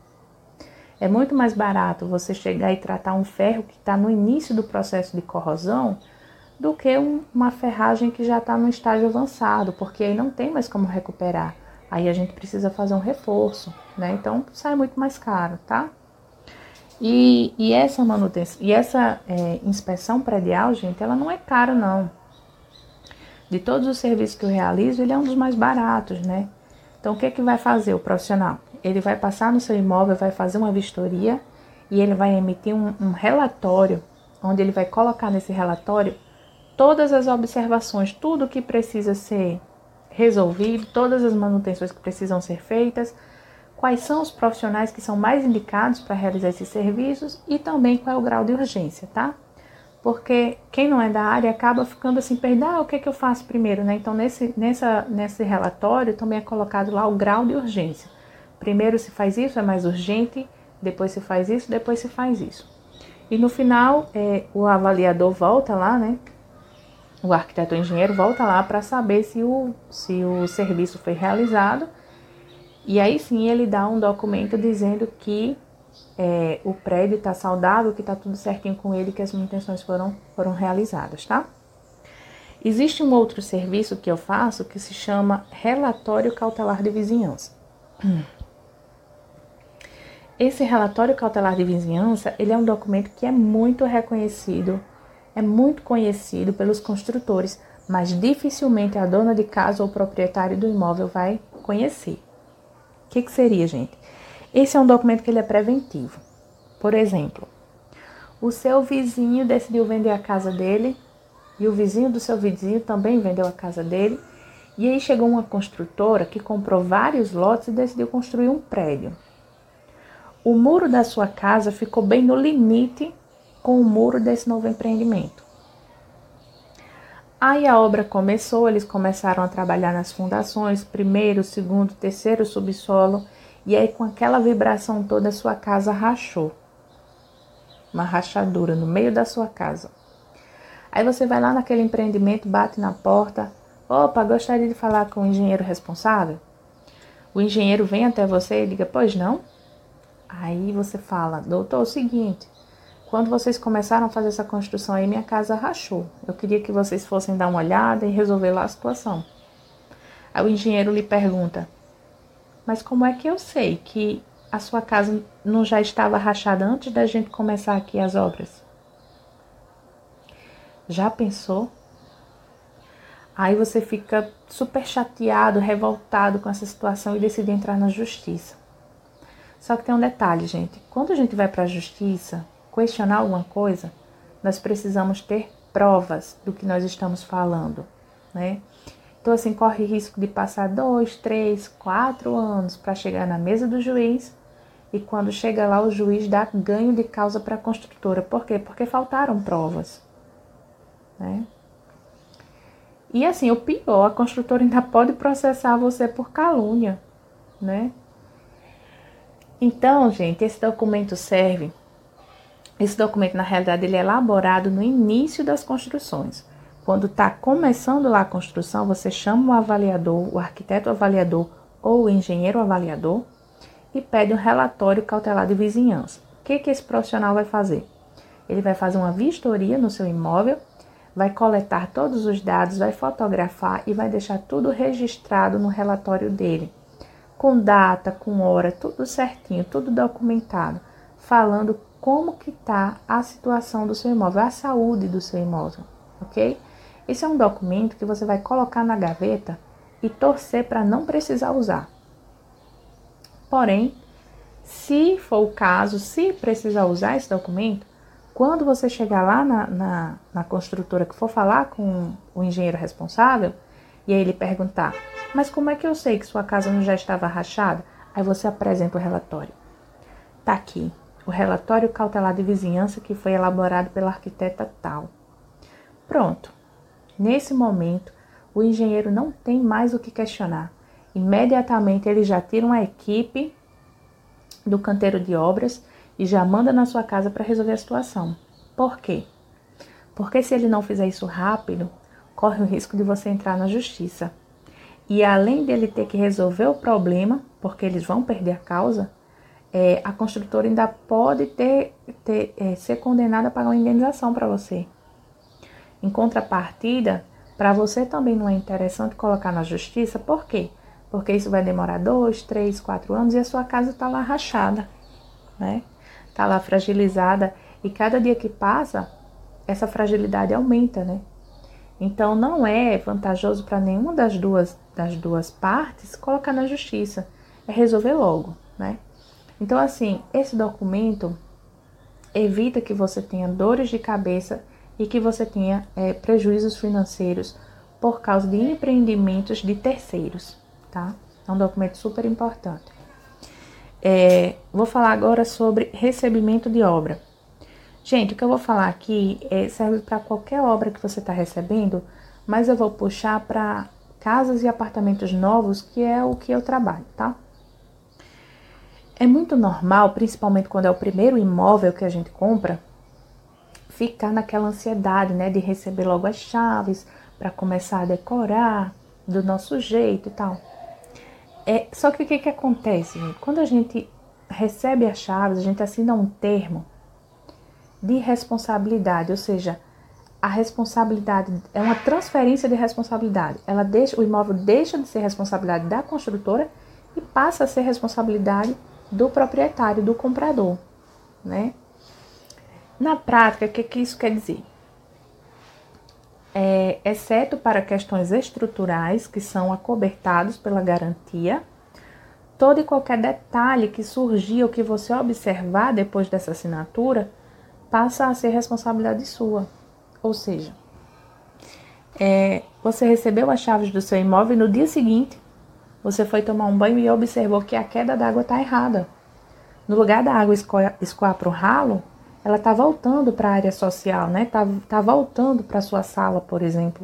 É muito mais barato você chegar e tratar um ferro que está no início do processo de corrosão do que um, uma ferragem que já está no estágio avançado, porque aí não tem mais como recuperar. Aí a gente precisa fazer um reforço, né? Então sai muito mais caro, tá? E, e essa manutenção, e essa é, inspeção predial, gente, ela não é cara, não. De todos os serviços que eu realizo, ele é um dos mais baratos, né? Então, o que é que vai fazer o profissional? Ele vai passar no seu imóvel, vai fazer uma vistoria e ele vai emitir um, um relatório, onde ele vai colocar nesse relatório todas as observações, tudo que precisa ser resolvido, todas as manutenções que precisam ser feitas, quais são os profissionais que são mais indicados para realizar esses serviços e também qual é o grau de urgência, tá? Porque quem não é da área acaba ficando assim, perdido, ah, o que é que eu faço primeiro, né? Então, nesse, nessa, nesse relatório também é colocado lá o grau de urgência. Primeiro se faz isso, é mais urgente, depois se faz isso, depois se faz isso. E no final, é, o avaliador volta lá, né? O arquiteto ou engenheiro volta lá para saber se o, se o serviço foi realizado. E aí sim ele dá um documento dizendo que é, o prédio está saudável, que está tudo certinho com ele, que as manutenções foram, foram realizadas, tá? Existe um outro serviço que eu faço que se chama relatório cautelar de vizinhança. Esse relatório cautelar de vizinhança, ele é um documento que é muito reconhecido, é muito conhecido pelos construtores, mas dificilmente a dona de casa ou o proprietário do imóvel vai conhecer. O que, que seria, gente? Esse é um documento que ele é preventivo. Por exemplo, o seu vizinho decidiu vender a casa dele e o vizinho do seu vizinho também vendeu a casa dele. E aí chegou uma construtora que comprou vários lotes e decidiu construir um prédio. O muro da sua casa ficou bem no limite com o muro desse novo empreendimento. Aí a obra começou, eles começaram a trabalhar nas fundações, primeiro, segundo, terceiro subsolo, e aí com aquela vibração toda a sua casa rachou. Uma rachadura no meio da sua casa. Aí você vai lá naquele empreendimento, bate na porta, opa, gostaria de falar com o engenheiro responsável? O engenheiro vem até você e diga, pois não? Aí você fala, doutor, é o seguinte, quando vocês começaram a fazer essa construção aí, minha casa rachou. Eu queria que vocês fossem dar uma olhada e resolver lá a situação. Aí o engenheiro lhe pergunta, mas como é que eu sei que a sua casa não já estava rachada antes da gente começar aqui as obras? Já pensou? Aí você fica super chateado, revoltado com essa situação e decide entrar na justiça. Só que tem um detalhe, gente. Quando a gente vai para a justiça questionar alguma coisa, nós precisamos ter provas do que nós estamos falando, né? Então, assim, corre risco de passar dois, três, quatro anos para chegar na mesa do juiz e quando chega lá o juiz dá ganho de causa para a construtora. Por quê? Porque faltaram provas, né? E assim, o pior, a construtora ainda pode processar você por calúnia, né? Então, gente, esse documento serve... Esse documento, na realidade, ele é elaborado no início das construções. Quando está começando lá a construção, você chama o avaliador, o arquiteto avaliador ou o engenheiro avaliador e pede um relatório cautelar de vizinhança. O que, que esse profissional vai fazer? Ele vai fazer uma vistoria no seu imóvel, vai coletar todos os dados, vai fotografar e vai deixar tudo registrado no relatório dele. Com data, com hora, tudo certinho, tudo documentado, falando como que está a situação do seu imóvel, a saúde do seu imóvel, ok? Esse é um documento que você vai colocar na gaveta e torcer para não precisar usar. Porém, se for o caso, se precisar usar esse documento, quando você chegar lá na, na, na construtora que for falar com o engenheiro responsável, e aí ele perguntar, mas como é que eu sei que sua casa não já estava rachada? Aí você apresenta o relatório. Tá aqui, o relatório cautelar de vizinhança que foi elaborado pela arquiteta tal. Pronto. Nesse momento, o engenheiro não tem mais o que questionar. Imediatamente ele já tira uma equipe do canteiro de obras e já manda na sua casa para resolver a situação. Por quê? Porque se ele não fizer isso rápido, corre o risco de você entrar na justiça. E além dele ter que resolver o problema, porque eles vão perder a causa, é, a construtora ainda pode ter, ter, é, ser condenada a pagar uma indenização para você. Em contrapartida, para você também não é interessante colocar na justiça, por quê? Porque isso vai demorar dois, três, quatro anos e a sua casa está lá rachada, né? Está lá fragilizada e cada dia que passa, essa fragilidade aumenta, né? Então, não é vantajoso para nenhuma das duas, das duas partes colocar na justiça, é resolver logo, né? Então, assim, esse documento evita que você tenha dores de cabeça e que você tenha é, prejuízos financeiros por causa de empreendimentos de terceiros, tá? É um documento super importante. É, vou falar agora sobre recebimento de obra. Gente, o que eu vou falar aqui é, serve para qualquer obra que você está recebendo, mas eu vou puxar para casas e apartamentos novos, que é o que eu trabalho, tá? É muito normal, principalmente quando é o primeiro imóvel que a gente compra, ficar naquela ansiedade, né, de receber logo as chaves para começar a decorar do nosso jeito e tal. É, só que o que que acontece, gente? Quando a gente recebe as chaves, a gente assina um termo de responsabilidade, ou seja, a responsabilidade é uma transferência de responsabilidade. Ela deixa, o imóvel deixa de ser responsabilidade da construtora e passa a ser responsabilidade do proprietário, do comprador, né? Na prática, o que, que isso quer dizer? É, exceto para questões estruturais, que são acobertados pela garantia, todo e qualquer detalhe que surgir ou que você observar depois dessa assinatura, passa a ser responsabilidade sua. Ou seja, é, você recebeu as chaves do seu imóvel e no dia seguinte, você foi tomar um banho e observou que a queda d'água está errada. No lugar da água escoar, escoar para o ralo, ela está voltando para a área social, né? Está tá voltando para a sua sala, por exemplo.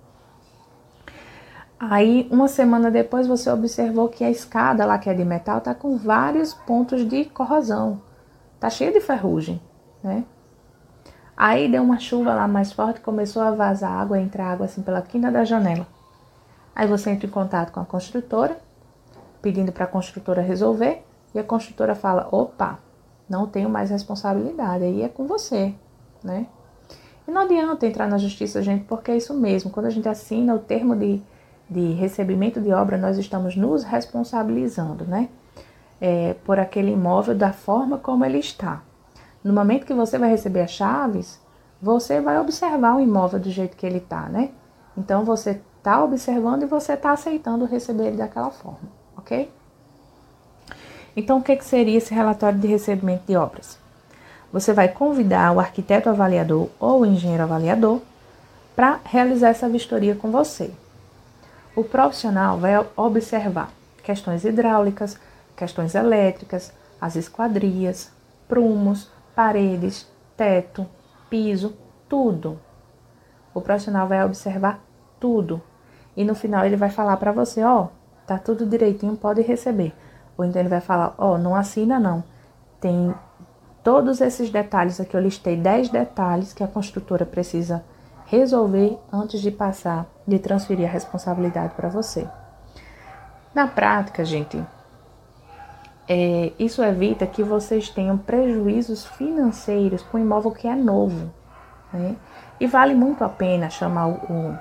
Aí, uma semana depois, você observou que a escada lá, que é de metal, está com vários pontos de corrosão. Está cheia de ferrugem, né? Aí, deu uma chuva lá mais forte, começou a vazar água, entrar água assim pela quina da janela. Aí, você entra em contato com a construtora, pedindo para a construtora resolver, e a construtora fala, opa, não tenho mais responsabilidade, aí é com você, né? E não adianta entrar na justiça, gente, porque é isso mesmo. Quando a gente assina o termo de, de recebimento de obra, nós estamos nos responsabilizando, né? É, por aquele imóvel da forma como ele está. No momento que você vai receber as chaves, você vai observar o imóvel do jeito que ele está, né? Então, você está observando e você está aceitando receber ele daquela forma, ok? Então, o que, que seria esse relatório de recebimento de obras? Você vai convidar o arquiteto avaliador ou o engenheiro avaliador para realizar essa vistoria com você. O profissional vai observar questões hidráulicas, questões elétricas, as esquadrias, prumos, paredes, teto, piso, tudo. O profissional vai observar tudo. E no final ele vai falar para você, ó, tá tudo direitinho, pode receber. Ou então ele vai falar, ó, não assina não. Tem todos esses detalhes aqui, eu listei dez detalhes que a construtora precisa resolver antes de passar, de transferir a responsabilidade para você. Na prática, gente, é, isso evita que vocês tenham prejuízos financeiros com o imóvel que é novo, né? E vale muito a pena chamar o,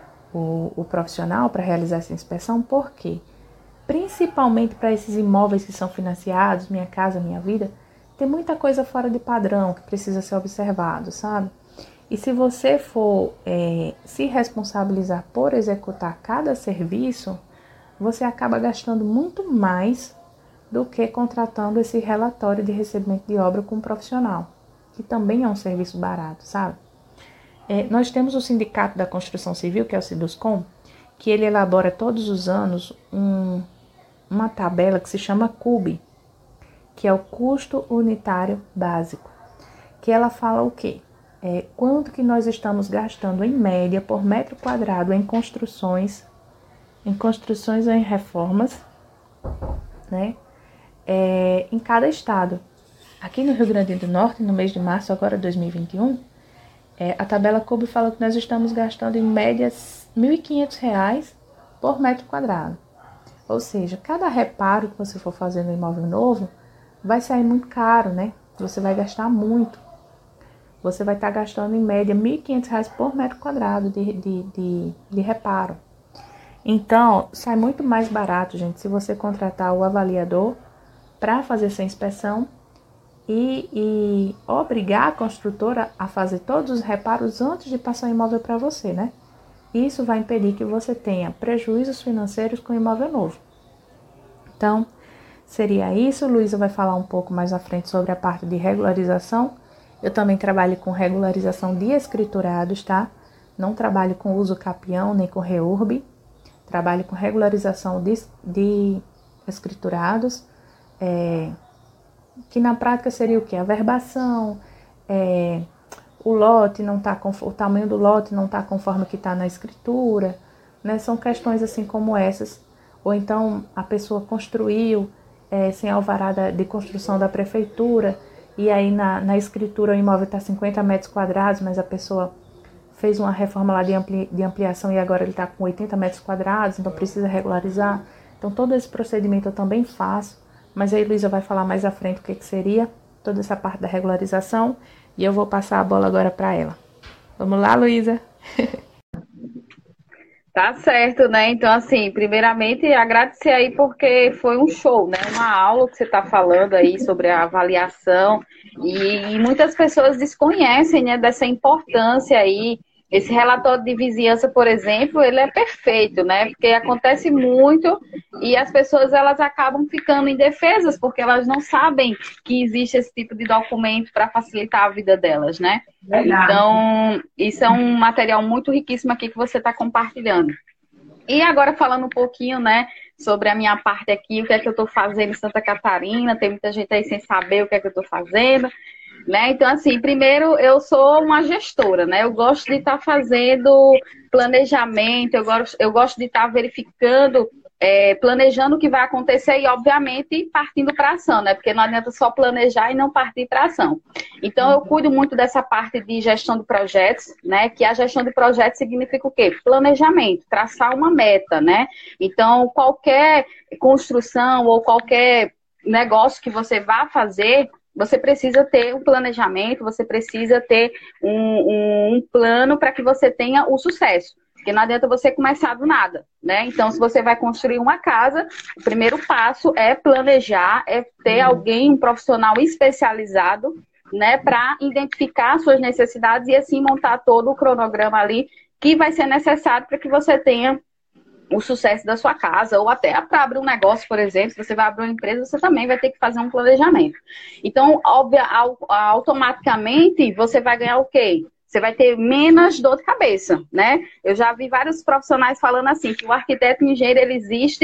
o, o profissional para realizar essa inspeção, por quê? Principalmente para esses imóveis que são financiados, Minha Casa Minha Vida, tem muita coisa fora de padrão que precisa ser observado, sabe? E se você for é, se responsabilizar por executar cada serviço, você acaba gastando muito mais do que contratando esse relatório de recebimento de obra com um profissional, que também é um serviço barato, sabe? É, nós temos o Sindicato da Construção Civil, que é o Siduscom, que ele elabora todos os anos um, uma tabela que se chama C U B, que é o Custo Unitário Básico, que ela fala o quê? É, quanto que nós estamos gastando em média por metro quadrado em construções, em construções ou em reformas, né? É, em cada estado. Aqui no Rio Grande do Norte, no mês de março, agora dois mil e vinte e um, é, a tabela C U B fala que nós estamos gastando em média mil e quinhentos reais por metro quadrado. Ou seja, cada reparo que você for fazer no imóvel novo vai sair muito caro, né? Você vai gastar muito. Você vai estar gastando em média mil e quinhentos reais por metro quadrado de, de, de, de reparo. Então, sai muito mais barato, gente, se você contratar o avaliador para fazer essa inspeção e, e obrigar a construtora a fazer todos os reparos antes de passar o imóvel para você, né? Isso vai impedir que você tenha prejuízos financeiros com o imóvel novo. Então, seria isso. Luísa vai falar um pouco mais à frente sobre a parte de regularização. Eu também trabalho com regularização de escriturados, tá? Não trabalho com uso capião nem com reurb. Trabalho com regularização de, de escriturados, é, que na prática seria o quê? A verbação, é, o lote não tá, o tamanho do lote não está conforme o que está na escritura, né? São questões assim como essas. Ou então a pessoa construiu é, sem alvará de construção da prefeitura, e aí na, na escritura o imóvel está cinquenta metros quadrados, mas a pessoa fez uma reforma lá de, ampli, de ampliação e agora ele está com oitenta metros quadrados, então precisa regularizar. Então todo esse procedimento eu também faço, mas aí Luísa vai falar mais à frente o que, que seria toda essa parte da regularização, e eu vou passar a bola agora para ela. Vamos lá, Luísa? Tá certo, né? Então, assim, primeiramente, agradecer aí porque foi um show, né? Uma aula que você está falando aí sobre a avaliação e, e muitas pessoas desconhecem, né, dessa importância aí. Esse relatório de vizinhança, por exemplo, ele é perfeito, né? Porque acontece muito e as pessoas, elas acabam ficando indefesas porque elas não sabem que existe esse tipo de documento para facilitar a vida delas, né? Verdade. Então, isso é um material muito riquíssimo aqui que você está compartilhando. E agora falando um pouquinho, né, sobre a minha parte aqui, o que é que eu estou fazendo em Santa Catarina, tem muita gente aí sem saber o que é que eu estou fazendo. Né? Então, assim, primeiro, eu sou uma gestora, né? Eu gosto de estar fazendo planejamento, eu gosto, eu gosto de estar verificando, é, planejando o que vai acontecer e, obviamente, partindo para ação, né? Porque não adianta só planejar e não partir para ação. Então, eu cuido muito dessa parte de gestão de projetos, né? Que a gestão de projetos significa o quê? Planejamento, traçar uma meta, né? Então, qualquer construção ou qualquer negócio que você vá fazer, você precisa ter um planejamento, você precisa ter um, um, um plano para que você tenha o sucesso. Porque não adianta você começar do nada, né? Então, se você vai construir uma casa, o primeiro passo é planejar, é ter alguém, um profissional especializado, né, para identificar suas necessidades e assim montar todo o cronograma ali que vai ser necessário para que você tenha o sucesso da sua casa, ou até para abrir um negócio, por exemplo, se você vai abrir uma empresa, você também vai ter que fazer um planejamento. Então, óbvio, automaticamente, você vai ganhar o quê? Você vai ter menos dor de cabeça, né? Eu já vi vários profissionais falando assim, que o arquiteto e o engenheiro, ele existe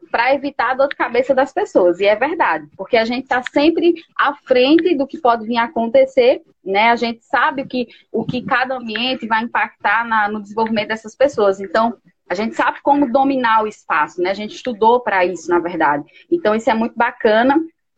para evitar a dor de cabeça das pessoas. E é verdade, porque a gente está sempre à frente do que pode vir a acontecer, né? A gente sabe o que, o que cada ambiente vai impactar na, no desenvolvimento dessas pessoas. Então, a gente sabe como dominar o espaço, né? A gente estudou para isso, na verdade. Então, isso é muito bacana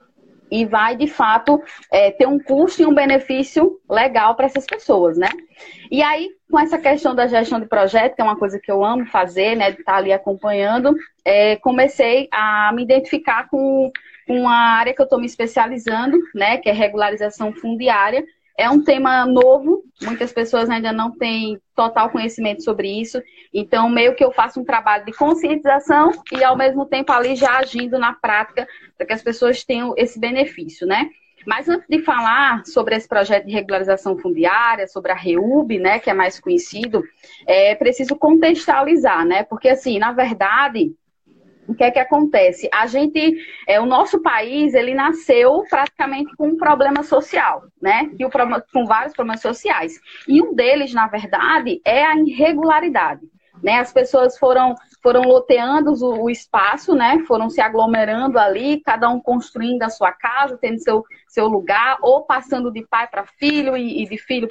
e vai, de fato, é, ter um custo e um benefício legal para essas pessoas, né? E aí, com essa questão da gestão de projeto, que é uma coisa que eu amo fazer, né? De estar ali acompanhando, é, comecei a me identificar com, com uma área que eu estou me especializando, né? Que é regularização fundiária. É um tema novo, muitas pessoas ainda não têm total conhecimento sobre isso, então meio que eu faço um trabalho de conscientização e ao mesmo tempo ali já agindo na prática para que as pessoas tenham esse benefício, né? Mas antes de falar sobre esse projeto de regularização fundiária, sobre a REUB, né, que é mais conhecido, é preciso contextualizar, né? Porque assim, na verdade, o que é que acontece? A gente, é, o nosso país, ele nasceu praticamente com um problema social, né? E o, com vários problemas sociais. E um deles, na verdade, é a irregularidade, né? As pessoas foram, foram loteando o, o espaço, né? Foram se aglomerando ali, cada um construindo a sua casa, tendo seu, seu lugar, ou passando de pai para filho e, e de filho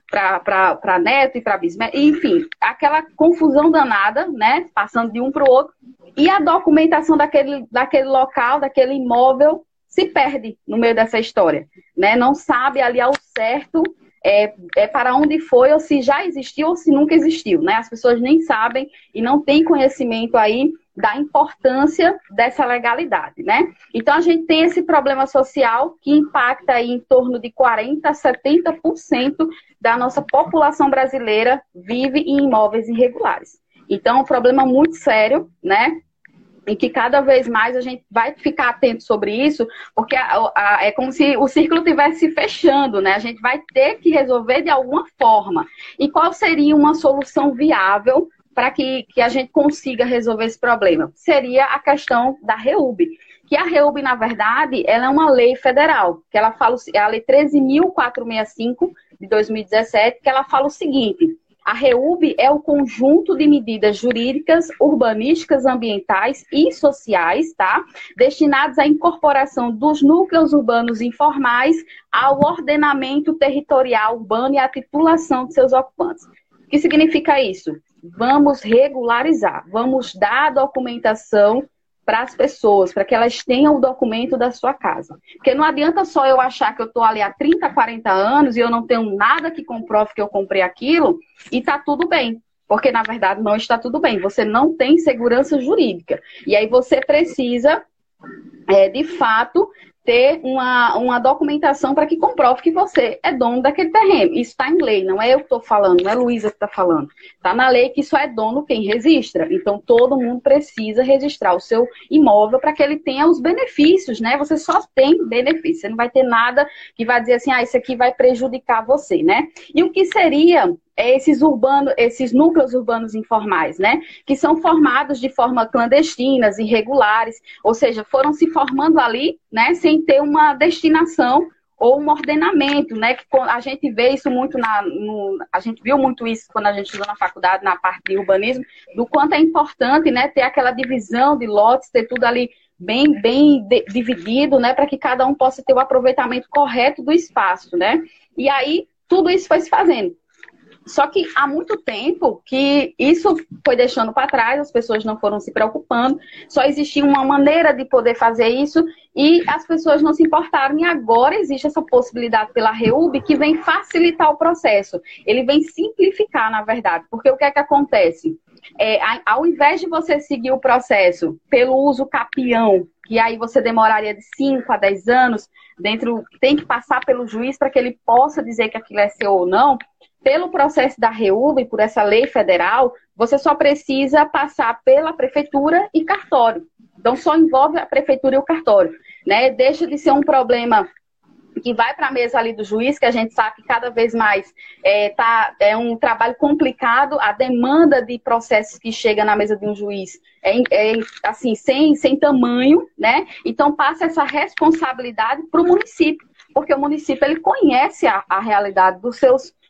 para para neto e para bisneto, enfim, aquela confusão danada, né? Passando de um para o outro. E a documentação daquele, daquele local, daquele imóvel, se perde no meio dessa história, né? Não sabe ali ao certo é, é para onde foi, ou se já existiu, ou se nunca existiu, né? As pessoas nem sabem e não têm conhecimento aí da importância dessa legalidade, né? Então, a gente tem esse problema social que impacta aí em torno de quarenta por cento a setenta por cento da nossa população brasileira vive em imóveis irregulares. Então, é um problema muito sério, né? E que cada vez mais a gente vai ficar atento sobre isso, porque a, a, é como se o círculo estivesse se fechando, né? A gente vai ter que resolver de alguma forma. E qual seria uma solução viável para que, que a gente consiga resolver esse problema? Seria a questão da REUB. Que a REUB, na verdade, ela é uma lei federal, que ela fala, é a Lei treze mil quatrocentos e sessenta e cinco, de dois mil e dezessete, que ela fala o seguinte: a REUB é o conjunto de medidas jurídicas, urbanísticas, ambientais e sociais, tá? Destinadas à incorporação dos núcleos urbanos informais ao ordenamento territorial urbano e à titulação de seus ocupantes. O que significa isso? Vamos regularizar, vamos dar a documentação para as pessoas, para que elas tenham o documento da sua casa. Porque não adianta só eu achar que eu estou ali há trinta, quarenta anos e eu não tenho nada que comprove que eu comprei aquilo e está tudo bem. Porque, na verdade, não está tudo bem. Você não tem segurança jurídica. E aí você precisa, é, de fato, ter uma, uma documentação para que comprove que você é dono daquele terreno. Isso está em lei, não é eu que estou falando, não é Luísa que está falando. Está na lei que só é dono quem registra. Então, todo mundo precisa registrar o seu imóvel para que ele tenha os benefícios, né? Você só tem benefícios. Você não vai ter nada que vai dizer assim, ah, isso aqui vai prejudicar você, né? E o que seria esses urbanos, esses núcleos urbanos informais, né? Que são formados de forma clandestinas, irregulares, ou seja, foram se formando ali, né? Sem ter uma destinação ou um ordenamento, né? Que a gente vê isso muito na, no, a gente viu muito isso quando a gente estudou na faculdade, na parte de urbanismo, do quanto é importante, né? Ter aquela divisão de lotes, ter tudo ali bem, bem de, dividido, né? Para que cada um possa ter o aproveitamento correto do espaço, né? E aí tudo isso foi se fazendo. Só que há muito tempo que isso foi deixando para trás, as pessoas não foram se preocupando, só existia uma maneira de poder fazer isso e as pessoas não se importaram. E agora existe essa possibilidade pela REUB que vem facilitar o processo. Ele vem simplificar, na verdade, porque o que é que acontece? É, ao invés de você seguir o processo pelo uso capião, que aí você demoraria de cinco a dez anos, dentro, tem que passar pelo juiz para que ele possa dizer que aquilo é seu ou não. Pelo processo da REUB, por essa lei federal, você só precisa passar pela prefeitura e cartório. Então, só envolve a prefeitura e o cartório, né? Deixa de ser um problema que vai para a mesa ali do juiz, que a gente sabe que cada vez mais é, tá, é um trabalho complicado, a demanda de processos que chega na mesa de um juiz é, é assim, sem, sem tamanho, né? Então, passa essa responsabilidade para o município, porque o município ele conhece a, a realidade dos seus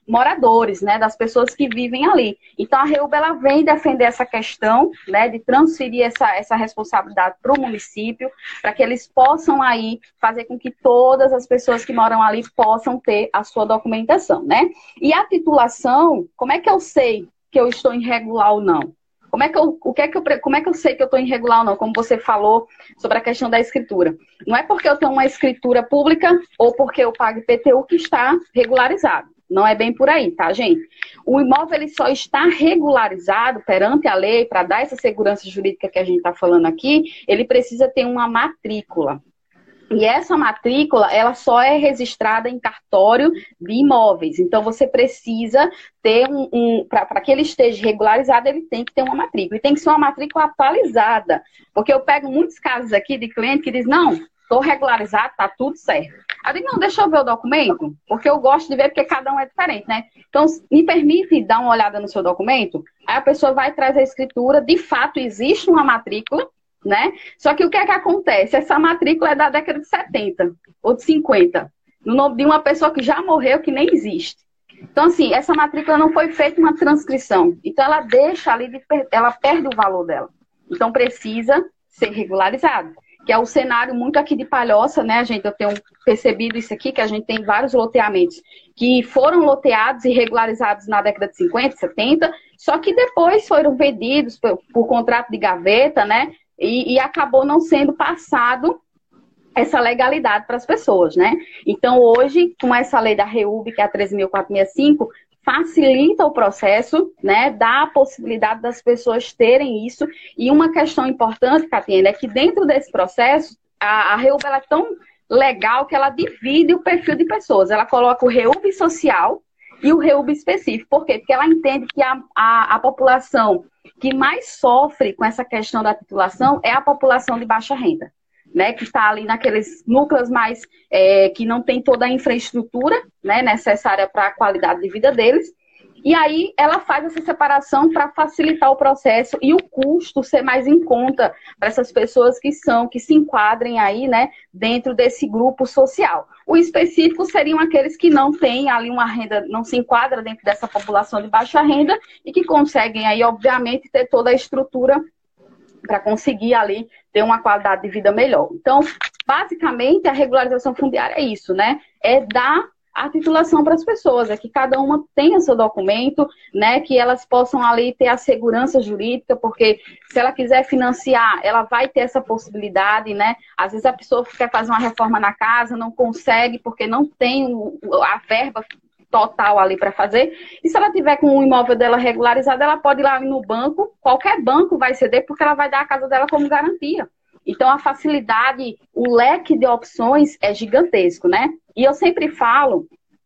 moradores, né, das pessoas que vivem ali. Então, a REUB, ela vem defender essa questão, né, de transferir essa, essa responsabilidade para o município, para que eles possam aí fazer com que todas as pessoas que moram ali possam ter a sua documentação, né? E a titulação, como é que eu sei que eu estou irregular ou não? Como é que eu, o que é que eu, como é que eu sei que eu estou irregular ou não? Como você falou sobre a questão da escritura. Não é porque eu tenho uma escritura pública ou porque eu pago I P T U que está regularizado. Não é bem por aí, tá, gente? O imóvel ele só está regularizado perante a lei, para dar essa segurança jurídica que a gente está falando aqui, ele precisa ter uma matrícula. E essa matrícula, ela só é registrada em cartório de imóveis. Então, você precisa ter um... um para que ele esteja regularizado, ele tem que ter uma matrícula. E tem que ser uma matrícula atualizada. Porque eu pego muitos casos aqui de cliente que diz, não, estou regularizado, tá tudo certo. Eu digo, não, deixa eu ver o documento, porque eu gosto de ver, porque cada um é diferente, né? Então, me permite dar uma olhada no seu documento? Aí a pessoa vai trazer a escritura, de fato, existe uma matrícula, né? Só que o que é que acontece? Essa matrícula é da década de setenta ou de cinquenta, no nome de uma pessoa que já morreu, que nem existe. Então, assim, essa matrícula não foi feita uma transcrição. Então, ela deixa ali, de, ela perde o valor dela. Então, precisa ser regularizado. Que é o cenário muito aqui de Palhoça, né, gente? Eu tenho percebido isso aqui, que a gente tem vários loteamentos que foram loteados e regularizados na década de cinquenta, setenta, só que depois foram vendidos por, por contrato de gaveta, né? E, e acabou não sendo passado essa legalidade para as pessoas, né? Então, hoje, com essa lei da REUB, que é a treze mil quatrocentos e sessenta e cinco, facilita o processo, né? Dá a possibilidade das pessoas terem isso. E uma questão importante, Catiene, é que dentro desse processo, a, a REUB ela é tão legal que ela divide o perfil de pessoas. Ela coloca o REUB social e o REUB específico. Por quê? Porque ela entende que a, a, a população que mais sofre com essa questão da titulação é a população de baixa renda, né, que está ali naqueles núcleos mais, é, que não tem toda a infraestrutura, né, necessária para a qualidade de vida deles. E aí ela faz essa separação para facilitar o processo e o custo ser mais em conta para essas pessoas que são, que se enquadrem aí, né, dentro desse grupo social. O específico seriam aqueles que não têm ali uma renda, não se enquadra dentro dessa população de baixa renda e que conseguem aí, obviamente, ter toda a estrutura para conseguir ali ter uma qualidade de vida melhor. Então, basicamente, a regularização fundiária é isso, né? É dar a titulação para as pessoas, é que cada uma tenha seu documento, né, que elas possam ali ter a segurança jurídica, porque se ela quiser financiar, ela vai ter essa possibilidade, né? Às vezes a pessoa quer fazer uma reforma na casa, não consegue porque não tem a verba total ali para fazer, e se ela tiver com o imóvel dela regularizado, ela pode ir lá no banco, qualquer banco vai ceder, porque ela vai dar a casa dela como garantia. Então, a facilidade, o leque de opções é gigantesco, né? E eu sempre falo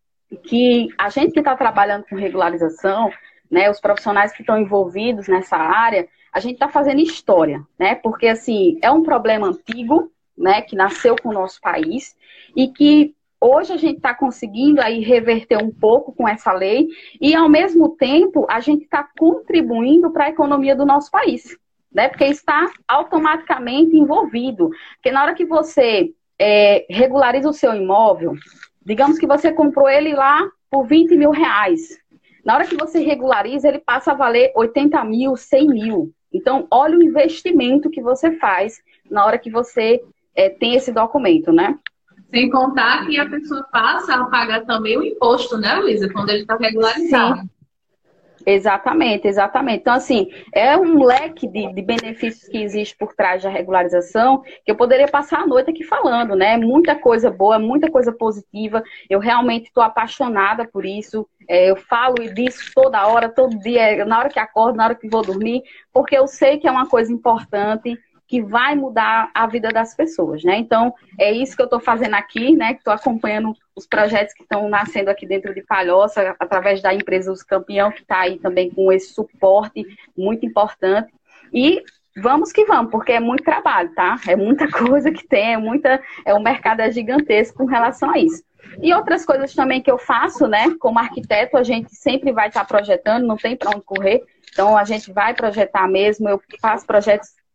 que a gente que está trabalhando com regularização, né, os profissionais que estão envolvidos nessa área, a gente está fazendo história, né? Porque, assim, é um problema antigo, né, que nasceu com o nosso país e que hoje a gente está conseguindo aí reverter um pouco com essa lei e, ao mesmo tempo, a gente está contribuindo para a economia do nosso país, né? Porque está automaticamente envolvido. Porque na hora que você é, regulariza o seu imóvel, digamos que você comprou ele lá por vinte mil reais. Na hora que você regulariza, ele passa a valer oitenta mil, cem mil. Então, olha o investimento que você faz na hora que você é, tem esse documento, né? Sem contar que a pessoa passa a pagar também o imposto, né, Luísa? Quando ele está regularizado. Sim. Exatamente, exatamente. Então, assim, é um leque de, de benefícios que existe por trás da regularização que eu poderia passar a noite aqui falando, né? Muita coisa boa, muita coisa positiva. Eu realmente estou apaixonada por isso. É, eu falo disso toda hora, todo dia, na hora que acordo, na hora que vou dormir, porque eu sei que é uma coisa importante que vai mudar a vida das pessoas, né? Então, é isso que eu estou fazendo aqui, né? Estou acompanhando os projetos que estão nascendo aqui dentro de Palhoça, através da empresa Os Campeão, que está aí também com esse suporte muito importante. E vamos que vamos, porque é muito trabalho, tá? É muita coisa que tem, é muita, é, o mercado é gigantesco com relação a isso. E outras coisas também que eu faço, né? Como arquiteto, a gente sempre vai estar projetando, não tem para onde correr. Então, a gente vai projetar mesmo, eu faço projetos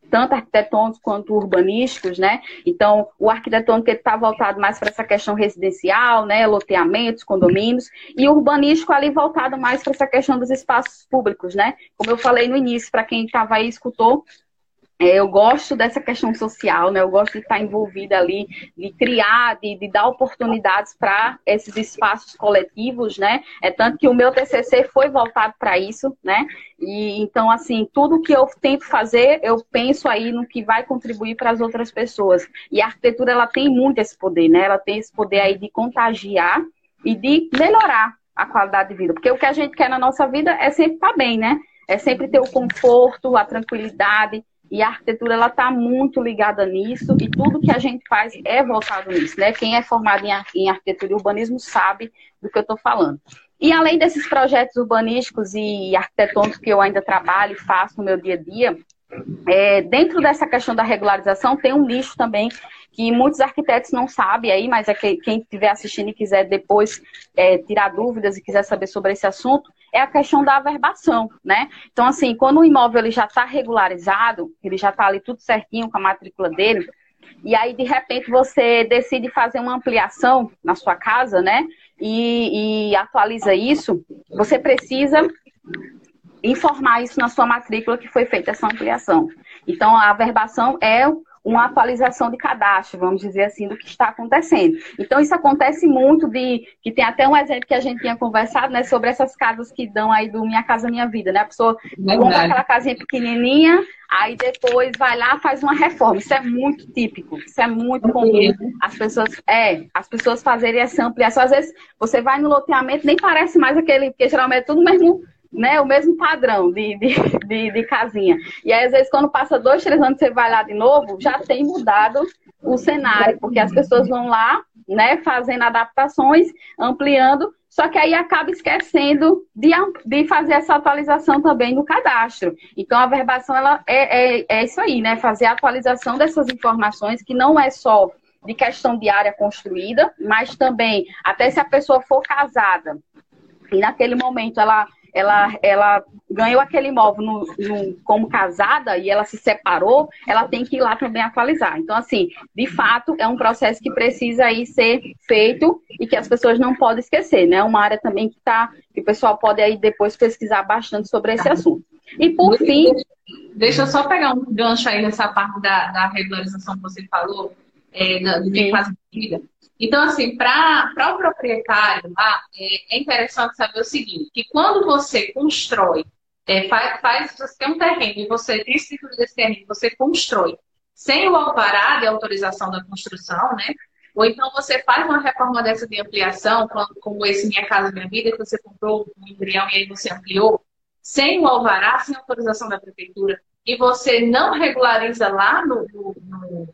tanto arquitetônicos quanto urbanísticos, né? Então, o arquitetônico está voltado mais para essa questão residencial, né? Loteamentos, condomínios, e o urbanístico ali voltado mais para essa questão dos espaços públicos, né? Como eu falei no início, para quem estava aí e escutou, é, eu gosto dessa questão social, né? Eu gosto de estar envolvida ali, de criar, de, de dar oportunidades para esses espaços coletivos, né? É tanto que o meu T C C foi voltado para isso, né? E então, assim, tudo que eu tento fazer, eu penso aí no que vai contribuir para as outras pessoas. E a arquitetura, ela tem muito esse poder, né? Ela tem esse poder aí de contagiar e de melhorar a qualidade de vida. Porque o que a gente quer na nossa vida é sempre estar bem, né? É sempre ter o conforto, a tranquilidade. E a arquitetura, ela está muito ligada nisso, e tudo que a gente faz é voltado nisso, né? Quem é formado em, em arquitetura e urbanismo sabe do que eu estou falando. E além desses projetos urbanísticos e arquitetônicos que eu ainda trabalho e faço no meu dia a dia, é, dentro dessa questão da regularização tem um nicho também que muitos arquitetos não sabem aí, mas é que, quem estiver assistindo e quiser depois é, tirar dúvidas e quiser saber sobre esse assunto, é a questão da averbação, né? Então, assim, quando o imóvel ele já está regularizado, ele já está ali tudo certinho com a matrícula dele, e aí, de repente, você decide fazer uma ampliação na sua casa, né? E, e atualiza isso, você precisa informar isso na sua matrícula que foi feita essa ampliação. Então, a averbação é uma atualização de cadastro, vamos dizer assim, do que está acontecendo. Então, isso acontece muito de... que tem até um exemplo que a gente tinha conversado, né, sobre essas casas que dão aí do Minha Casa Minha Vida, né? A pessoa Verdade. compra aquela casinha pequenininha, aí depois vai lá, faz uma reforma. Isso é muito típico, isso é muito comum. As pessoas, é, as pessoas fazerem essa ampliação. Às vezes, você vai no loteamento, nem parece mais aquele, porque geralmente é tudo mesmo... né, o mesmo padrão de, de, de, de casinha. E aí, às vezes, quando passa dois, três anos, você vai lá de novo, já tem mudado o cenário, porque as pessoas vão lá, né, fazendo adaptações, ampliando, só que aí acaba esquecendo de, de fazer essa atualização também no cadastro. Então, a averbação, ela é, é, é isso aí, né, fazer a atualização dessas informações, que não é só de questão de área construída, mas também, até se a pessoa for casada, e naquele momento ela... Ela, ela ganhou aquele imóvel no, no, como casada e ela se separou, ela tem que ir lá também atualizar. Então, assim, de fato, é um processo que precisa aí ser feito e que as pessoas não podem esquecer, né? Uma área também que, tá, que o pessoal pode aí depois pesquisar bastante sobre esse assunto. E, por fim... Deixa eu só pegar um gancho aí nessa parte da, da regularização que você falou, é, da, do Minha Casa Minha Vida. Então, assim, para o proprietário lá, é, é interessante saber o seguinte, que quando você constrói, é, faz, faz, você tem um terreno e você tem escritura desse terreno, você constrói sem o alvará de autorização da construção, né? Ou então você faz uma reforma dessa de ampliação, como esse Minha Casa Minha Vida, que você comprou um embrião e aí você ampliou, sem o alvará, sem autorização da prefeitura, e você não regulariza lá no... no, no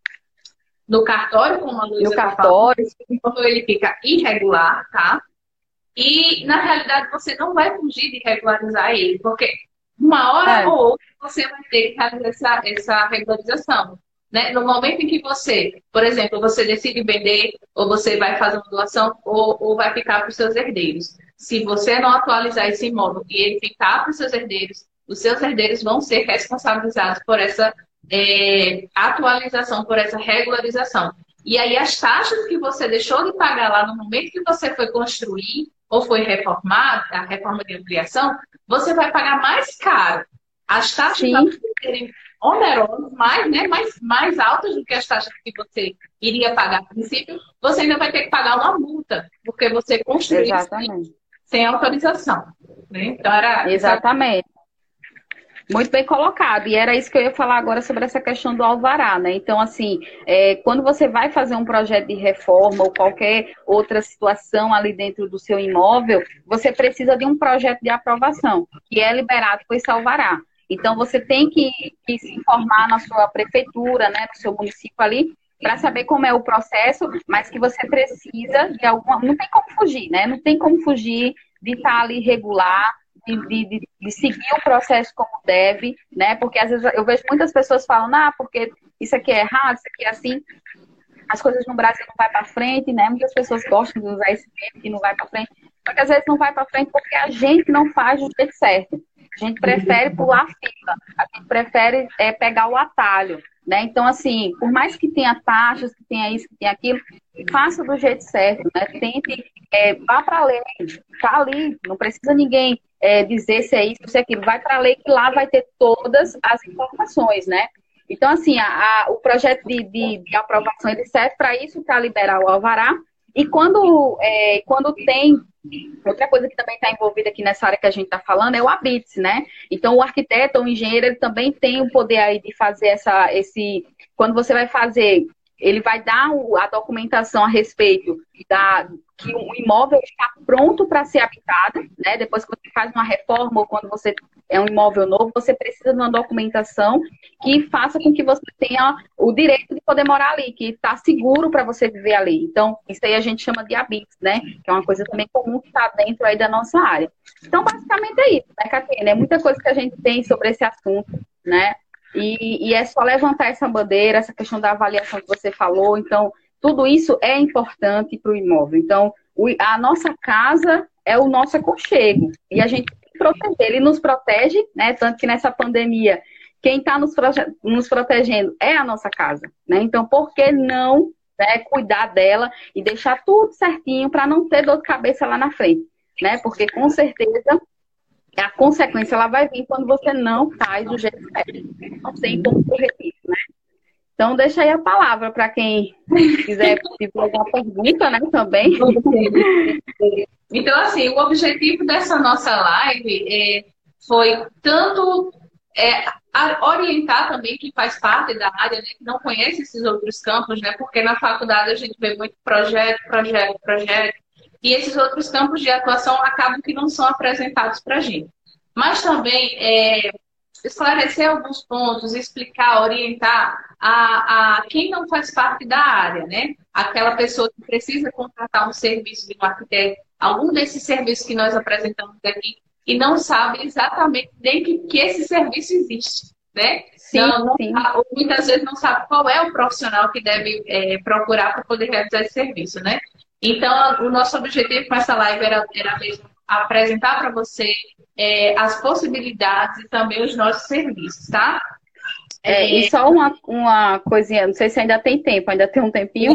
no cartório, como a Luísa no cartório, então ele fica irregular, tá? E, na realidade, você não vai fugir de regularizar ele, porque uma hora é. ou outra você vai ter que fazer essa, essa regularização, né? No momento em que você, por exemplo, você decide vender, ou você vai fazer uma doação, ou, ou vai ficar para os seus herdeiros. Se você não atualizar esse imóvel e ele ficar para os seus herdeiros, os seus herdeiros vão ser responsabilizados por essa É, atualização, por essa regularização. E aí as taxas que você deixou de pagar lá no momento que você foi construir ou foi reformar, a reforma de ampliação, você vai pagar mais caro. As taxas vão serem onerosas, mais, né, mais, mais altas do que as taxas que você iria pagar a princípio, você ainda vai ter que pagar uma multa, porque você construiu sem, sem autorização. Né? Então, era, Exatamente. Muito bem colocado, e era isso que eu ia falar agora sobre essa questão do alvará, né? Então, assim, é, quando você vai fazer um projeto de reforma ou qualquer outra situação ali dentro do seu imóvel, você precisa de um projeto de aprovação, que é liberado por esse alvará. Então, você tem que, que se informar na sua prefeitura, né, no seu município ali, para saber como é o processo, mas que você precisa de alguma... Não tem como fugir, né? Não tem como fugir de estar ali regular, De, de, de seguir o processo como deve, né? Porque às vezes eu vejo muitas pessoas falando, ah, porque isso aqui é errado, isso aqui é assim, as coisas no Brasil não vai para frente, né? Muitas pessoas gostam de usar esse termo que não vai para frente, só que às vezes não vai para frente porque a gente não faz do jeito certo. A gente prefere pular a fila, a gente prefere é, pegar o atalho, né? Então, assim, por mais que tenha taxas, que tenha isso, que tenha aquilo, faça do jeito certo, né? Tente, é, vá para a lei, tá ali, não precisa ninguém é, dizer se é isso, se é aquilo, vai para a lei que lá vai ter todas as informações, né? Então, assim, a, a, o projeto de, de, de aprovação, ele serve para isso, para liberar o alvará, e quando, é, quando tem, outra coisa que também está envolvida aqui nessa área que a gente está falando é o habite, né? Então, o arquiteto ou o engenheiro, ele também tem o poder aí de fazer essa, esse, quando você vai fazer, ele vai dar a documentação a respeito da que o imóvel está pronto para ser habitado, né? Depois que você faz uma reforma ou quando você é um imóvel novo, você precisa de uma documentação que faça com que você tenha o direito de poder morar ali, que está seguro para você viver ali. Então, isso aí a gente chama de habite, né? Que é uma coisa também comum que está dentro aí da nossa área. Então, basicamente é isso, né, Catena? É muita coisa que a gente tem sobre esse assunto, né? E, e é só levantar essa bandeira, essa questão da avaliação que você falou. Então, tudo isso é importante para o imóvel. Então, o, a nossa casa é o nosso aconchego. E a gente tem que proteger. Ele nos protege, né? Tanto que nessa pandemia, quem está nos, nos protegendo é a nossa casa, né? Então, por que não, né, cuidar dela e deixar tudo certinho para não ter dor de cabeça lá na frente, né? Porque, com certeza, a consequência ela vai vir quando você não faz do jeito certo. Não tem como correr isso, né? Então, deixa aí a palavra para quem quiser fazer alguma pergunta, né, também. Então, assim, o objetivo dessa nossa live é, foi tanto é, orientar também quem faz parte da área, né, que não conhece esses outros campos, né, porque na faculdade a gente vê muito projeto, projeto, projeto, e esses outros campos de atuação acabam que não são apresentados para a gente. Mas também é, esclarecer alguns pontos, explicar, orientar a, a quem não faz parte da área, né? Aquela pessoa que precisa contratar um serviço de um arquiteto, algum desses serviços que nós apresentamos aqui, e não sabe exatamente nem que, que esse serviço existe, né? Sim, não, não, sim. Ou muitas vezes não sabe qual é o profissional que deve é, procurar para poder realizar esse serviço, né? Então, o nosso objetivo com essa live era, era mesmo apresentar para você é, as possibilidades e também os nossos serviços, tá? É, e só uma, uma coisinha, não sei se ainda tem tempo, ainda tem um tempinho?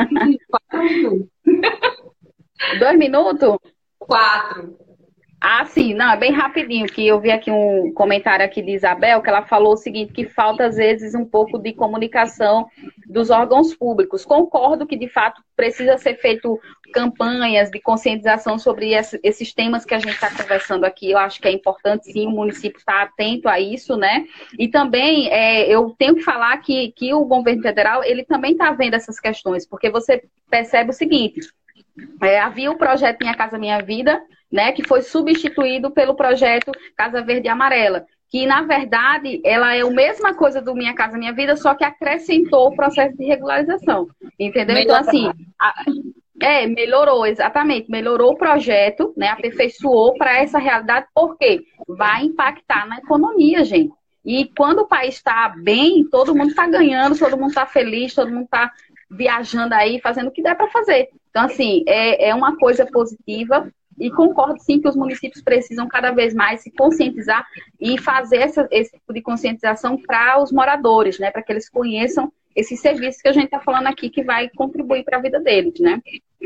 Dois minutos? Quatro. Ah, sim, não, é bem rapidinho, que eu vi aqui um comentário aqui de Isabel, que ela falou o seguinte, que falta às vezes um pouco de comunicação dos órgãos públicos. Concordo que, de fato, precisa ser feito campanhas de conscientização sobre esses temas que a gente está conversando aqui. Eu acho que é importante, sim, o município estar atento a isso, né? E também, é, eu tenho que falar que, que o governo federal, ele também está vendo essas questões, porque você percebe o seguinte, é, havia o projeto Minha Casa Minha Vida, né, que foi substituído pelo projeto Casa Verde e Amarela, que, na verdade, ela é a mesma coisa do Minha Casa Minha Vida, só que acrescentou o processo de regularização, entendeu? Melhorou. Então, assim, a, é, melhorou, exatamente, melhorou o projeto, né, aperfeiçoou para essa realidade, porque vai impactar na economia, gente. E quando o país está bem, todo mundo está ganhando, todo mundo está feliz, todo mundo está viajando aí, fazendo o que der para fazer. Então, assim, é, é uma coisa positiva. E concordo, sim, que os municípios precisam cada vez mais se conscientizar e fazer essa, esse tipo de conscientização para os moradores, né? Para que eles conheçam esses serviços que a gente está falando aqui, que vai contribuir para a vida deles, né?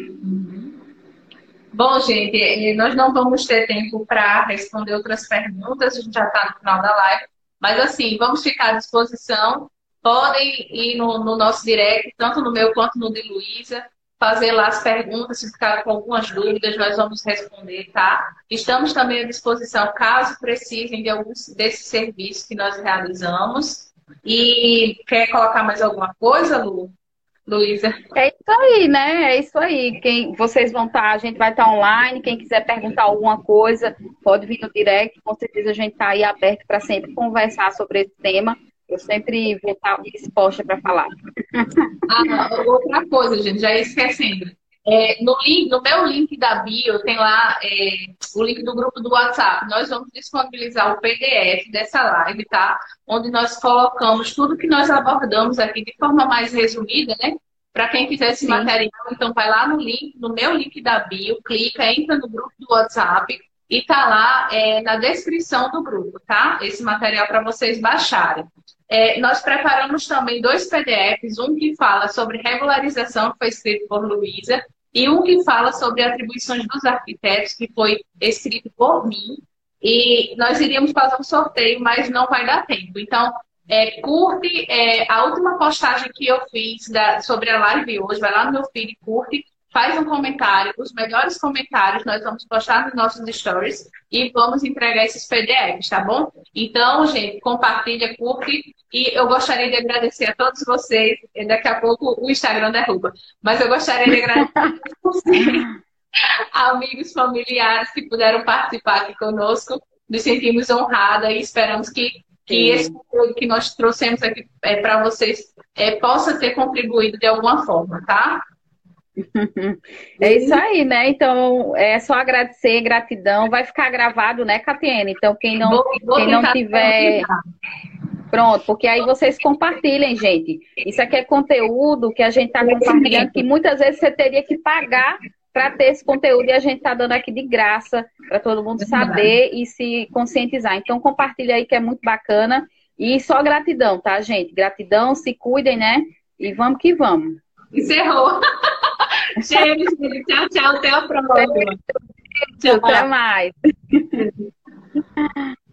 Bom, gente, nós não vamos ter tempo para responder outras perguntas, a gente já está no final da live, mas assim, vamos ficar à disposição. Podem ir no, no nosso direct, tanto no meu quanto no de Luísa, fazer lá as perguntas, se ficar com algumas dúvidas, nós vamos responder, tá? Estamos também à disposição, caso precisem de alguns desses serviços que nós realizamos. E quer colocar mais alguma coisa, Lu? Luísa? É isso aí, né? É isso aí. Quem, vocês vão estar, a gente vai estar online. Quem quiser perguntar alguma coisa, pode vir no direct. Com certeza a gente está aí aberto para sempre conversar sobre esse tema. Eu sempre vou estar disposta para falar. Ah, outra coisa, gente, já ia esquecendo. É, no, link, no meu link da bio tem lá é, o link do grupo do WhatsApp. Nós vamos disponibilizar o P D F dessa live, tá? Onde nós colocamos tudo que nós abordamos aqui de forma mais resumida, né? Para quem quiser esse Sim. material, então vai lá no link, no meu link da bio, clica, entra no grupo do WhatsApp e tá lá é, na descrição do grupo, tá? Esse material para vocês baixarem. É, nós preparamos também dois P D Fs, um que fala sobre regularização, que foi escrito por Luísa, e um que fala sobre atribuições dos arquitetos, que foi escrito por mim. E nós iríamos fazer um sorteio, mas não vai dar tempo. Então, é, curte é, a última postagem que eu fiz da, sobre a live hoje, vai lá no meu feed, curte, faz um comentário, os melhores comentários nós vamos postar nos nossos stories e vamos entregar esses P D Fs, tá bom? Então, gente, compartilha, curte e eu gostaria de agradecer a todos vocês, daqui a pouco o Instagram derruba, mas eu gostaria de agradecer a todos vocês, amigos, familiares que puderam participar aqui conosco, nos sentimos honradas e esperamos que, que esse conteúdo que nós trouxemos aqui é, para vocês é, possa ter contribuído de alguma forma, tá? É isso aí, né? Então, é só agradecer, gratidão. Vai ficar gravado, né, Catiene? Então, quem não, vou, vou quem não tiver... Pronto, porque aí vocês compartilhem, gente. Isso aqui é conteúdo que a gente está compartilhando, que muitas vezes você teria que pagar para ter esse conteúdo e a gente está dando aqui de graça para todo mundo saber e se conscientizar. Então, compartilha aí que é muito bacana. E só gratidão, tá, gente? Gratidão, se cuidem, né? E vamos que vamos. Encerrou. Gente, tchau, tchau. Até a próxima. Tchau, até mais.